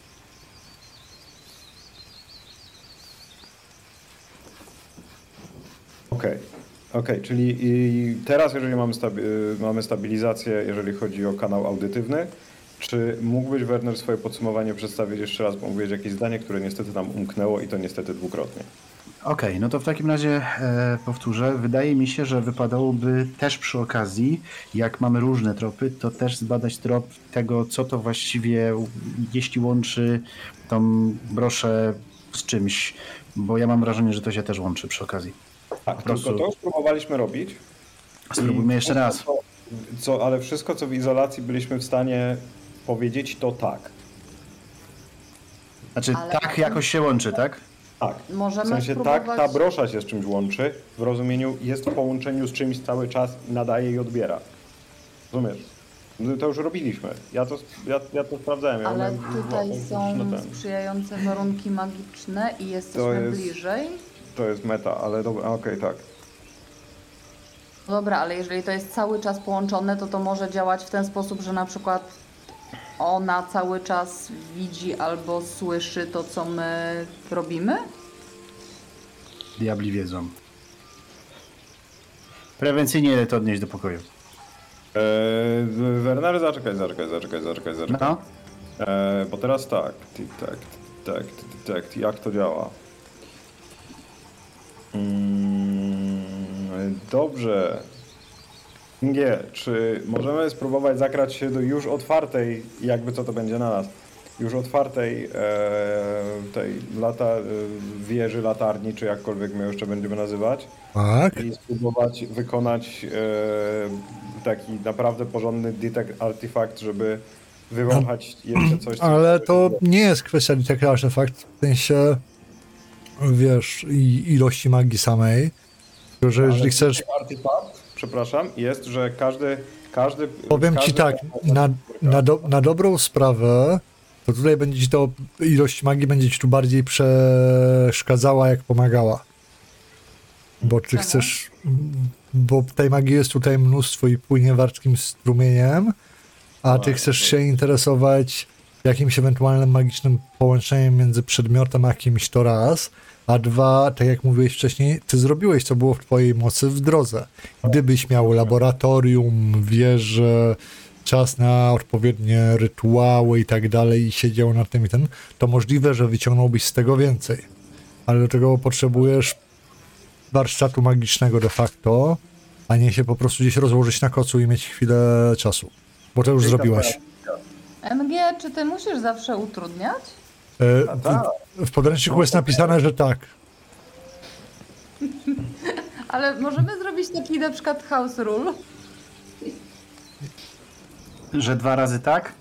Okej, czyli teraz, jeżeli mamy stabilizację, jeżeli chodzi o kanał audytywny, czy mógłbyś, Werner, swoje podsumowanie przedstawić jeszcze raz, bo mówiłeś jakieś zdanie, które niestety nam umknęło i to niestety dwukrotnie. Okej, no to w takim razie powtórzę. Wydaje mi się, że wypadałoby też przy okazji, jak mamy różne tropy, to też zbadać trop tego, co to właściwie, jeśli łączy tą broszę z czymś, bo ja mam wrażenie, że to się też łączy przy okazji. Tak, Po prostu- tylko to już próbowaliśmy robić. Spróbujmy I jeszcze raz. Ale wszystko, co w izolacji byliśmy w stanie powiedzieć, to tak. Znaczy, Ale- tak jakoś się łączy, tak? Tak. Możemy W sensie spróbować... tak, ta brosza się z czymś łączy, w rozumieniu jest w połączeniu z czymś cały czas i nadaje i odbiera. Rozumiesz? No to już robiliśmy. Ja to sprawdzałem. Ja Ale miałem- tutaj są no ten. sprzyjające warunki magiczne i jesteśmy jest- bliżej. To jest meta, ale dobra, okej, tak. Dobra, ale jeżeli to jest cały czas połączone, to może działać w ten sposób, że na przykład ona cały czas widzi albo słyszy to, co my robimy? Diabli wiedzą. Prewencyjnie to odnieść do pokoju. Werner, zaczekaj. No, Bo teraz tak. Jak to działa? Dobrze. G, czy możemy spróbować zakrać się do już otwartej, jakby co to będzie na nas, już otwartej tej wieży latarni, czy jakkolwiek my jeszcze będziemy nazywać, Tak. i spróbować wykonać taki naprawdę porządny detect artifact, żeby wywąchać jeszcze coś. co- Ale to nie jest kwestia taki artefakt, w sensie, wiesz, ilości magii samej, tylko że Ale jeżeli chcesz, detect artifact, przepraszam, jest, że każdy powiem ci tak, na dobrą sprawę, to tutaj będzie ci to, ilość magii będzie ci tu bardziej przeszkadzała, jak pomagała. Bo ty Czemu? chcesz, bo tej magii jest tutaj mnóstwo i płynie wartkim strumieniem, a ty chcesz się interesować jakimś ewentualnym magicznym połączeniem między przedmiotem a kimś, to raz, a dwa, tak jak mówiłeś wcześniej, ty zrobiłeś, co było w twojej mocy w drodze. Gdybyś miał laboratorium, wieżę, czas na odpowiednie rytuały i tak dalej i siedział na tym i ten, to możliwe, że wyciągnąłbyś z tego więcej. Ale do tego potrzebujesz warsztatu magicznego de facto, a nie się po prostu gdzieś rozłożyć na kocu i mieć chwilę czasu. Bo to już zrobiłeś. MG, czy ty musisz zawsze utrudniać? W podręczniku jest napisane, że tak. Ale możemy zrobić taki na przykład house rule. Że 2 razy tak?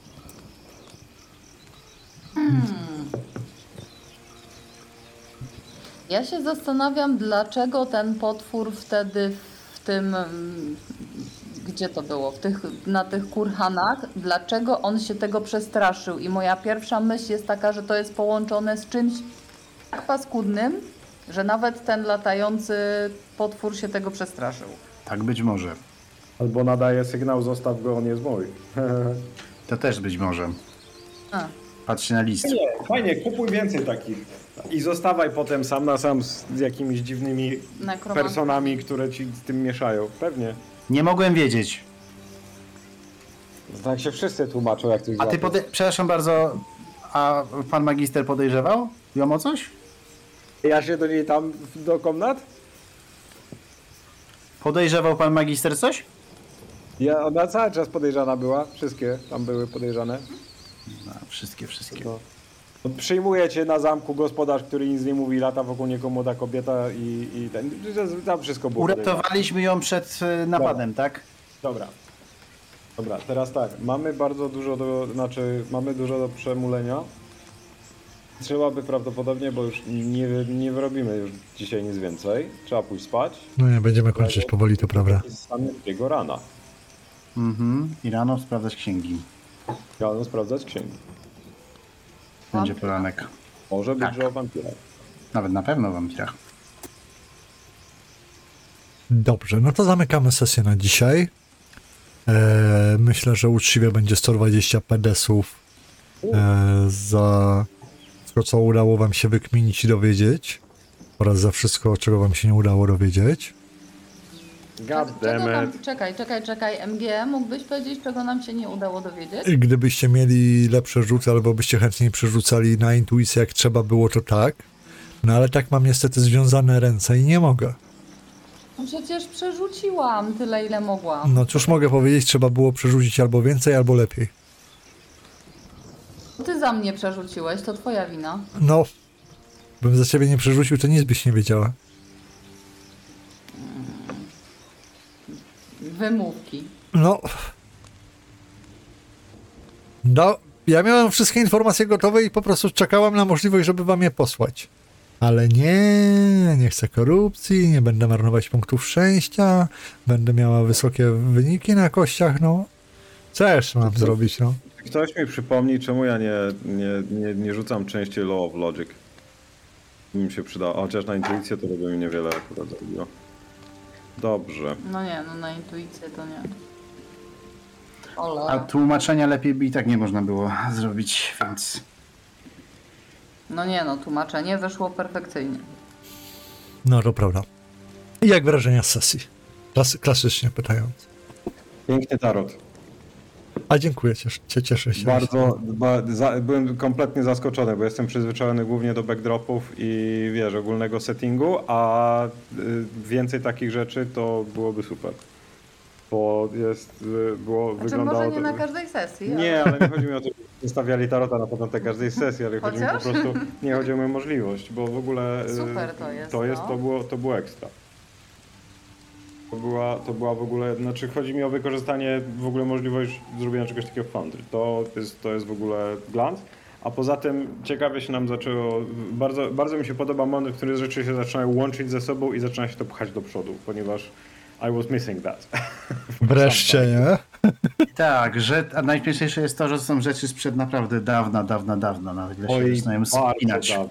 Ja się zastanawiam, dlaczego ten potwór wtedy w tym, gdzie to było, na tych kurhanach, dlaczego on się tego przestraszył. I moja pierwsza myśl jest taka, że to jest połączone z czymś tak paskudnym, że nawet ten latający potwór się tego przestraszył. Tak być może. Albo nadaje sygnał, zostaw go, on jest mój. To też być może. A. Patrzcie na list. Nie, fajnie, kupuj więcej takich. I zostawaj potem sam na sam z jakimiś dziwnymi Nekromantami. personami, które ci z tym mieszają. Pewnie. Nie mogłem wiedzieć. Tak się wszyscy tłumaczą, jak coś A ty przepraszam bardzo, a pan magister podejrzewał ją o coś? Ja się do niej tam do komnat? Podejrzewał pan magister coś? Ona cały czas podejrzana była. Wszystkie tam były podejrzane. No, wszystkie. No. Przyjmuje cię na zamku gospodarz, który nic nie mówi, lata wokół niego młoda kobieta i ten. Tam wszystko było podejrzane. Uratowaliśmy ją przed napadem, tak? Dobra, teraz tak, mamy bardzo dużo mamy dużo do przemulenia. Trzeba by prawdopodobnie, bo już nie wyrobimy już dzisiaj nic więcej. Trzeba pójść spać. No nie, będziemy kończyć powoli, to prawda. I samego rana. I rano sprawdzać księgi. Rano sprawdzać księgi. Będzie poranek. Może być, Tak. że o wampirach. Nawet na pewno w wampirach. Dobrze, no to zamykamy sesję na dzisiaj. Myślę, że uczciwie będzie 120 pedesów za to, co udało wam się wykminić i dowiedzieć, oraz za wszystko, czego wam się nie udało dowiedzieć. God Czego damn nam, it. czekaj, MG, mógłbyś powiedzieć, czego nam się nie udało dowiedzieć? Gdybyście mieli lepsze rzuty, albo byście chętniej przerzucali na intuicję, jak trzeba było, to tak. No ale tak mam niestety związane ręce i nie mogę. No przecież przerzuciłam tyle, ile mogłam. No cóż mogę powiedzieć, trzeba było przerzucić albo więcej, albo lepiej. Ty za mnie przerzuciłeś, to twoja wina. No, bym za ciebie nie przerzucił, to nic byś nie wiedziała. Wymówki. No. No, ja miałem wszystkie informacje gotowe i po prostu czekałem na możliwość, żeby wam je posłać. Ale nie chcę korupcji, nie będę marnować punktów szczęścia, będę miała wysokie wyniki na kościach, no. Co jeszcze mam zrobić, no? Ktoś mi przypomni, czemu ja nie rzucam częściej Law of Logic. Mi się przydało, chociaż na intuicję to robię mi niewiele akurat zrobiło. Dobrze. No nie, no na intuicję to nie. A Ola. tłumaczenia lepiej by i tak nie można było zrobić, więc... No nie, no tłumaczenie wyszło perfekcyjnie. No to prawda. I jak wrażenia z sesji? Klasycznie pytając. Piękny tarot. A dziękuję, cieszę się. Byłem kompletnie zaskoczony, bo jestem przyzwyczajony głównie do backdropów i wiesz, ogólnego settingu, a więcej takich rzeczy to byłoby super. Bo było Znaczy wyglądało może nie to... na każdej sesji. Nie, ale nie chodzi mi o to, że zostawiali tarota na początek każdej sesji, ale chodzi mi po Chociaż? prostu, nie chodzi o moją możliwość, bo w ogóle Super to jest, no. to było ekstra. To była w ogóle, znaczy chodzi mi o wykorzystanie w ogóle możliwość zrobienia czegoś takiego w Foundry. To jest w ogóle glans. A poza tym ciekawie się nam zaczęło, bardzo mi się podoba moment, w którym rzeczy się zaczynają łączyć ze sobą i zaczyna się to pchać do przodu, ponieważ I was missing that. Wreszcie, nie? Tak, a najśmieszniejsze jest to, że to są rzeczy sprzed naprawdę dawna, nawet ile się zaczynają spinać. dawno.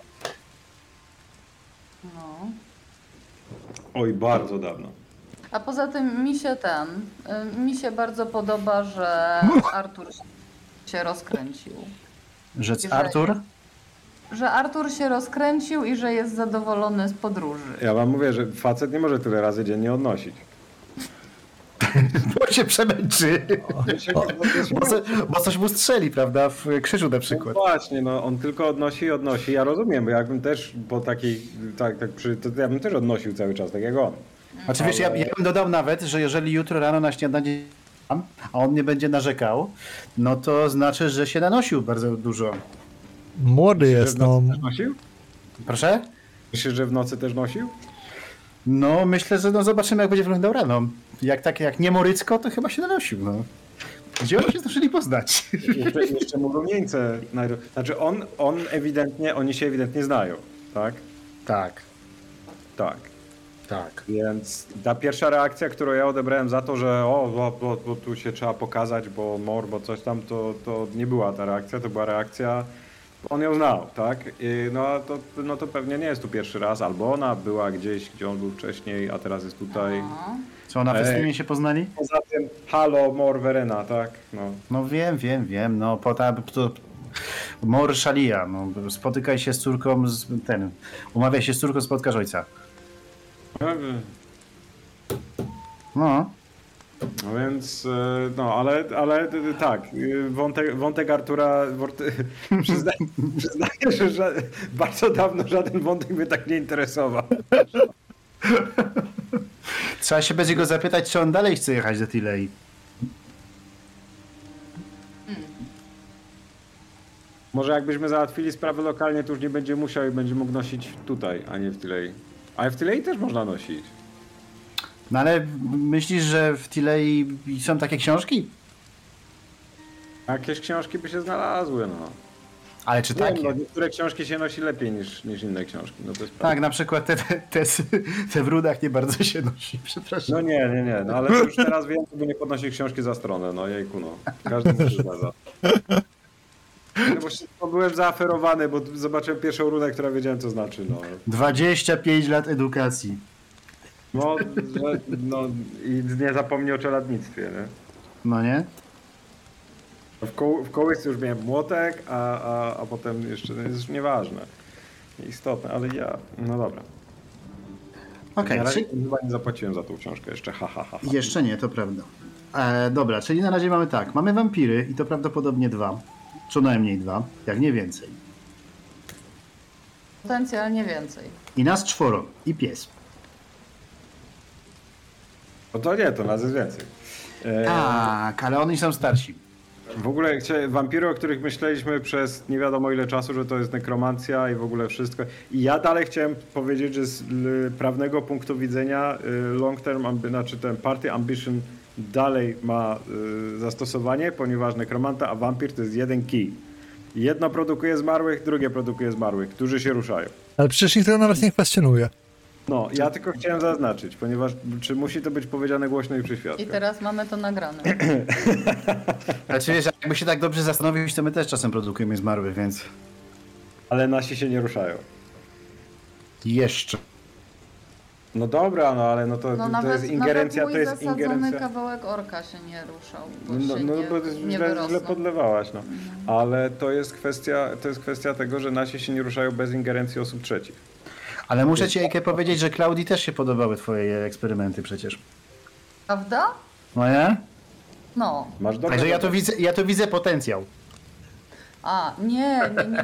No. Oj, bardzo dawno. A poza tym mi się bardzo podoba, że Artur się rozkręcił. Rzec Artur? Że Artur się rozkręcił i że jest zadowolony z podróży. Ja wam mówię, że facet nie może tyle razy dziennie odnosić. Bo się przemęczy. Bo coś mu strzeli, prawda? W krzyżu na No przykład. właśnie, no on tylko odnosi i odnosi. Ja rozumiem, bo jakbym też po takiej, to ja bym też odnosił cały czas, tak jak on. Znaczy wiesz, ja bym dodał nawet, że jeżeli jutro rano na śniadanie a on nie będzie narzekał, no to znaczy, że się nanosił bardzo dużo. Młody jest, no. Też nosił? Proszę? Myślisz, że w nocy też nosił? No myślę, że zobaczymy, jak będzie wyglądał rano. Jak nie Morycko, to chyba się nanosił. No. Gdzie oni się zdążyli poznać? Jeszcze mu rumieńce. Znaczy oni się ewidentnie znają, tak? Tak. Tak. Tak. Więc ta pierwsza reakcja, którą ja odebrałem za to, że bo tu się trzeba pokazać, bo bo coś tam, to nie była ta reakcja, to była reakcja, on ją znał, tak? No to pewnie nie jest tu pierwszy raz, albo ona była gdzieś, gdzie on był wcześniej, a teraz jest tutaj. Co, na festynie się poznali? Poza tym, halo, Mor Verena, tak? No wiem. No Mor Shalia, no spotykaj się z córką, umawiaj się z córką, spotkasz ojca. No. No więc, ale tak, wątek Artura, przyznaję, że bardzo dawno żaden wątek mnie tak nie interesował. Trzeba się będzie go zapytać, czy on dalej chce jechać do Tilei. Może jakbyśmy załatwili sprawę lokalnie, to już nie będzie musiał i będzie mógł nosić tutaj, a nie w Tilei. Ale w Tilei też można nosić. No ale myślisz, że w Tilei są takie książki? Jakieś książki by się znalazły, no. Ale czy takie? No, niektóre książki się nosi lepiej niż inne książki. No to jest tak, na przykład te w rudach nie bardzo się nosi, przepraszam. No nie, no ale to już teraz wiem, bo nie podnosi książki za stronę, no jejku, no. Każdy mu się zdarza. No bo byłem zaaferowany, bo zobaczyłem pierwszą rudę, która wiedziałem, co znaczy, no. 25 lat edukacji. No i nie zapomnij o czeladnictwie, nie? No nie? W kołysce już miałem młotek, a potem jeszcze, no jest już nieważne. Istotne, ale no dobra. Okej. Chyba nie zapłaciłem za tą książkę jeszcze, ha. Jeszcze nie, to prawda. Dobra, czyli na razie mamy tak. Mamy wampiry i to prawdopodobnie 2. Co najmniej 2, jak nie więcej. Potencjalnie więcej. I nas 4. I pies. No to nie, to nas jest więcej. Tak, ale oni są starsi. W ogóle wampiry, o których myśleliśmy przez nie wiadomo ile czasu, że to jest nekromancja i w ogóle wszystko. I ja dalej chciałem powiedzieć, że z prawnego punktu widzenia long term, znaczy ten party ambition dalej ma zastosowanie, ponieważ nekromanta, a wampir to jest jeden kij. Jedno produkuje zmarłych, drugie produkuje zmarłych, którzy się ruszają. Ale przecież nikt tego nawet nie kwestionuje. No, ja tylko chciałem zaznaczyć, ponieważ czy musi to być powiedziane głośno i przy świadkach. I teraz mamy to nagrane. Znaczy wiesz, jakby się tak dobrze zastanowić, to my też czasem produkujemy zmarłych, więc... Ale nasi się nie ruszają. Jeszcze. No dobra, no ale no to jest ingerencja, nawet mój to jest zasadzony ingerencja. kawałek orka się nie ruszał, bo Bo to nie wyrosnął. źle podlewałaś, no. Ale to jest kwestia tego, że nasi się nie ruszają bez ingerencji osób trzecich. Ale muszę ci, Ejke, powiedzieć, że Klaudii też się podobały twoje eksperymenty przecież. Prawda? No nie? No. Masz dobre. Także ja tu widzę potencjał. A, nie.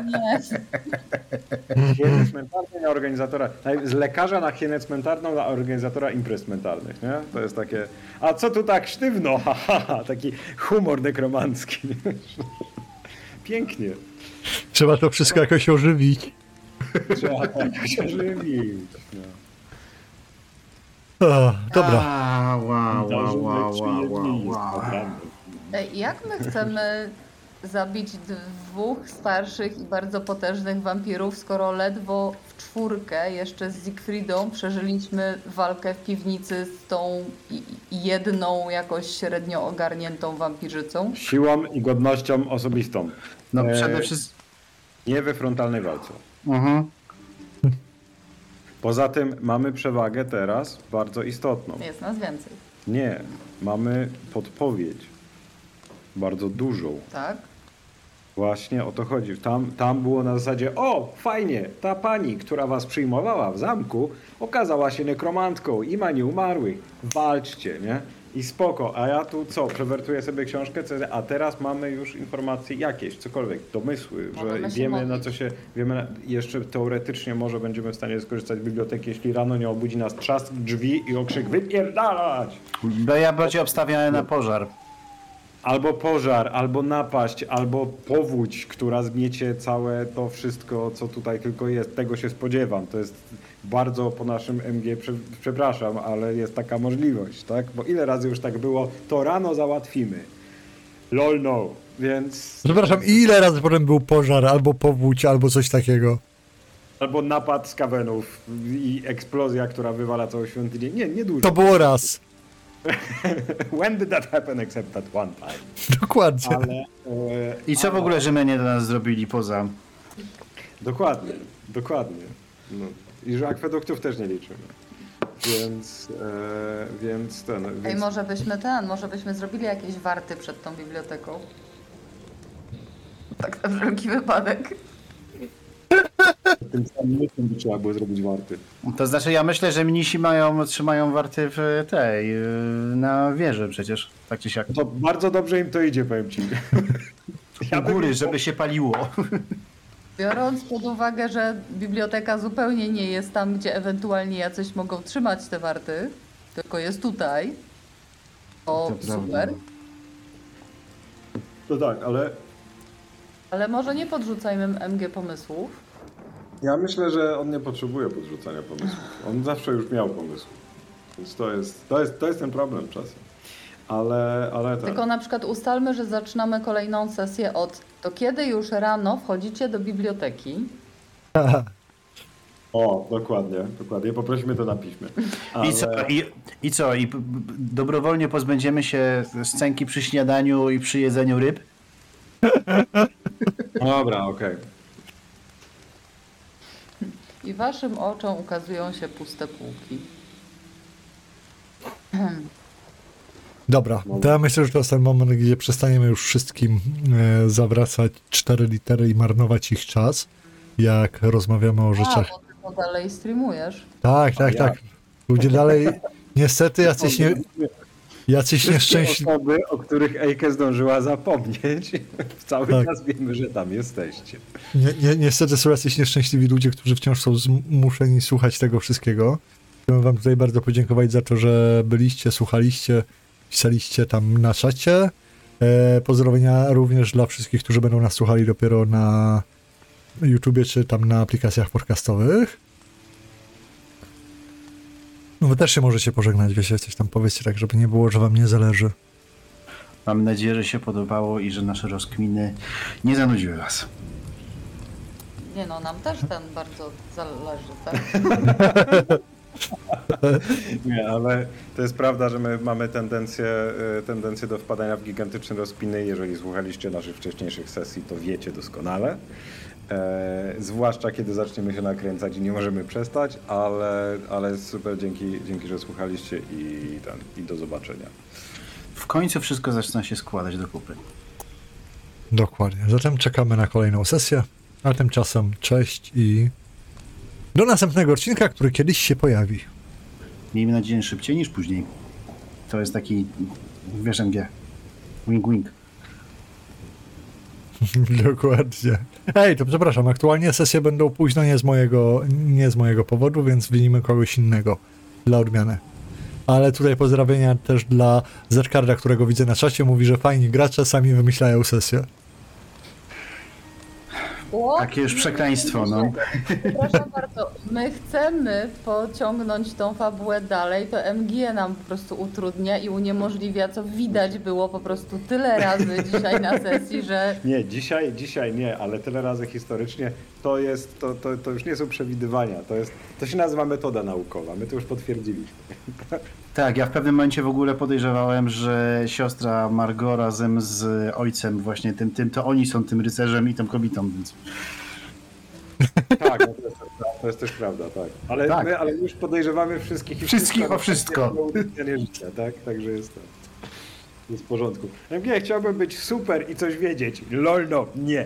Hieny cmentarne na organizatora, z lekarza na hienę cmentarną na organizatora imprez cmentarnych, nie? To jest takie, a co tu tak sztywno, ha, ha, ha, taki humor nekromancki. Pięknie. Trzeba to wszystko jakoś ożywić. Trzeba tak się żywić. No. Dobra. Wow. Ej, jak my chcemy zabić dwóch starszych i bardzo potężnych wampirów, skoro ledwo w czwórkę jeszcze z Siegfriedą przeżyliśmy walkę w piwnicy z tą jedną jakoś średnio ogarniętą wampirzycą? Siłą i godnością osobistą. No przede wszystkim... Nie we frontalnej walce. Mhm. Poza tym mamy przewagę teraz bardzo istotną. Jest nas więcej, Nie, mamy podpowiedź. Bardzo dużą. tak? Właśnie o to chodzi. Tam było na zasadzie, o, fajnie, ta pani, która was przyjmowała w zamku, okazała się nekromantką i ma nieumarłych. Walczcie, nie? I spoko, a ja tu co, przewertuję sobie książkę, a teraz mamy już informacje jakieś, cokolwiek, domysły, Możemy że się wiemy na modlić. co się, jeszcze teoretycznie może będziemy w stanie skorzystać z biblioteki, jeśli rano nie obudzi nas trzask drzwi i okrzyk wypierdalać! Bo ja bardziej obstawiałem na pożar. Albo pożar, albo napaść, albo powódź, która zmiecie całe to wszystko, co tutaj tylko jest. Tego się spodziewam. To jest bardzo po naszym MG, przepraszam, ale jest taka możliwość, tak? Bo ile razy już tak było, to rano załatwimy. Lol no, więc... Przepraszam, ile razy potem był pożar, albo powódź, albo coś takiego? Albo napad z kawenów i eksplozja, która wywala całą świątynię. Nie dużo. To było raz. When did that happen except that one time? Dokładnie. Ale... I co w ogóle Rzymianie do nas zrobili poza... Dokładnie. No. I że akweduktów też nie liczymy. Więc Ej, może byśmy zrobili jakieś warty przed tą biblioteką. Tak na wszelki wypadek. Tym samym myślą by trzeba było zrobić warty. To znaczy ja myślę, że mnisi trzymają warty w tej, na wieży przecież, tak czy siak. To bardzo dobrze im to idzie, powiem ci. U góry, żeby się paliło. Biorąc pod uwagę, że biblioteka zupełnie nie jest tam, gdzie ewentualnie jacyś mogą trzymać te warty, tylko jest tutaj, to To super. prawda. To tak, ale Ale może nie podrzucajmy MG pomysłów. ja myślę, że on nie potrzebuje podrzucania pomysłów. On zawsze już miał pomysł. Więc to jest ten problem czasem. Ale tak. Tylko na przykład ustalmy, że zaczynamy kolejną sesję od to kiedy już rano wchodzicie do biblioteki. O, dokładnie. Poprosimy to na piśmie. Ale... I co? Dobrowolnie pozbędziemy się scenki przy śniadaniu i przy jedzeniu ryb? Dobra, okej. I waszym oczom ukazują się puste półki. Dobra, to ja myślę, że to jest ten moment, gdzie przestaniemy już wszystkim zawracać 4 litery i marnować ich czas, jak rozmawiamy o rzeczach. Bo ty to dalej streamujesz. Tak. Ludzie dalej, niestety, jacyś nieszczęśliwi. Osoby, o których Ejke zdążyła zapomnieć, cały Tak. czas wiemy, że tam jesteście. Niestety są jacyś nieszczęśliwi ludzie, którzy wciąż są zmuszeni słuchać tego wszystkiego. Chciałbym wam tutaj bardzo podziękować za to, że byliście, słuchaliście, pisaliście tam na czacie. Pozdrowienia również dla wszystkich, którzy będą nas słuchali dopiero na YouTubie czy tam na aplikacjach podcastowych. No wy też się możecie pożegnać, wiecie, coś tam powiedzcie tak, żeby nie było, że wam nie zależy. Mam nadzieję, że się podobało i że nasze rozkminy nie zanudziły was. Nie no, nam też ten bardzo zależy, tak? Nie, ale to jest prawda, że my mamy tendencję do wpadania w gigantyczne rozpiny. Jeżeli słuchaliście naszych wcześniejszych sesji, to wiecie doskonale. Zwłaszcza kiedy zaczniemy się nakręcać i nie możemy przestać, ale super, dzięki, że słuchaliście i do zobaczenia. W końcu wszystko zaczyna się składać do kupy. Dokładnie. Zatem czekamy na kolejną sesję, a tymczasem cześć i do następnego odcinka, który kiedyś się pojawi. Miejmy nadzieję szybciej niż później. To jest taki, wiesz, MG. Wink, wink. Dokładnie. Ej, to przepraszam, aktualnie sesje będą późno nie z mojego powodu, więc winimy kogoś innego dla odmiany. Ale tutaj pozdrowienia też dla Zerkarda, którego widzę na czacie, mówi, że fajni gracze sami wymyślają sesję. O, Takie już przekleństwo, no. Proszę bardzo, my chcemy pociągnąć tą fabułę dalej, to MG nam po prostu utrudnia i uniemożliwia, co widać było po prostu tyle razy dzisiaj na sesji, że Nie, dzisiaj nie, ale tyle razy historycznie to już nie są przewidywania, to się nazywa metoda naukowa, my to już potwierdziliśmy. Tak, ja w pewnym momencie w ogóle podejrzewałem, że siostra Margot razem z ojcem właśnie tym to oni są tym rycerzem i tą kobietą, więc... Tak, no to jest też prawda, tak. Tak. My już podejrzewamy wszystkich. Wszystkich o wszystko. Nie życia, tak? Także jest to. Jest w porządku. MG, chciałbym być super i coś wiedzieć. Lol, no, nie.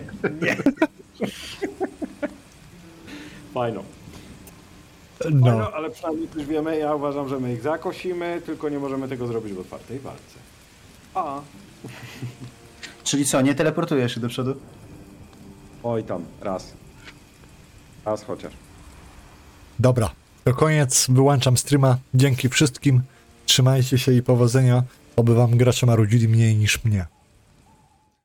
Fajno. No, Fajno, ale przynajmniej coś wiemy. Ja uważam, że my ich zakosimy, tylko nie możemy tego zrobić w otwartej walce. Czyli co, nie teleportujesz się do przodu? Oj tam, raz. Raz chociaż. dobra. To koniec, wyłączam streama. Dzięki wszystkim. Trzymajcie się i powodzenia. Oby wam gracze marudzili mniej niż mnie.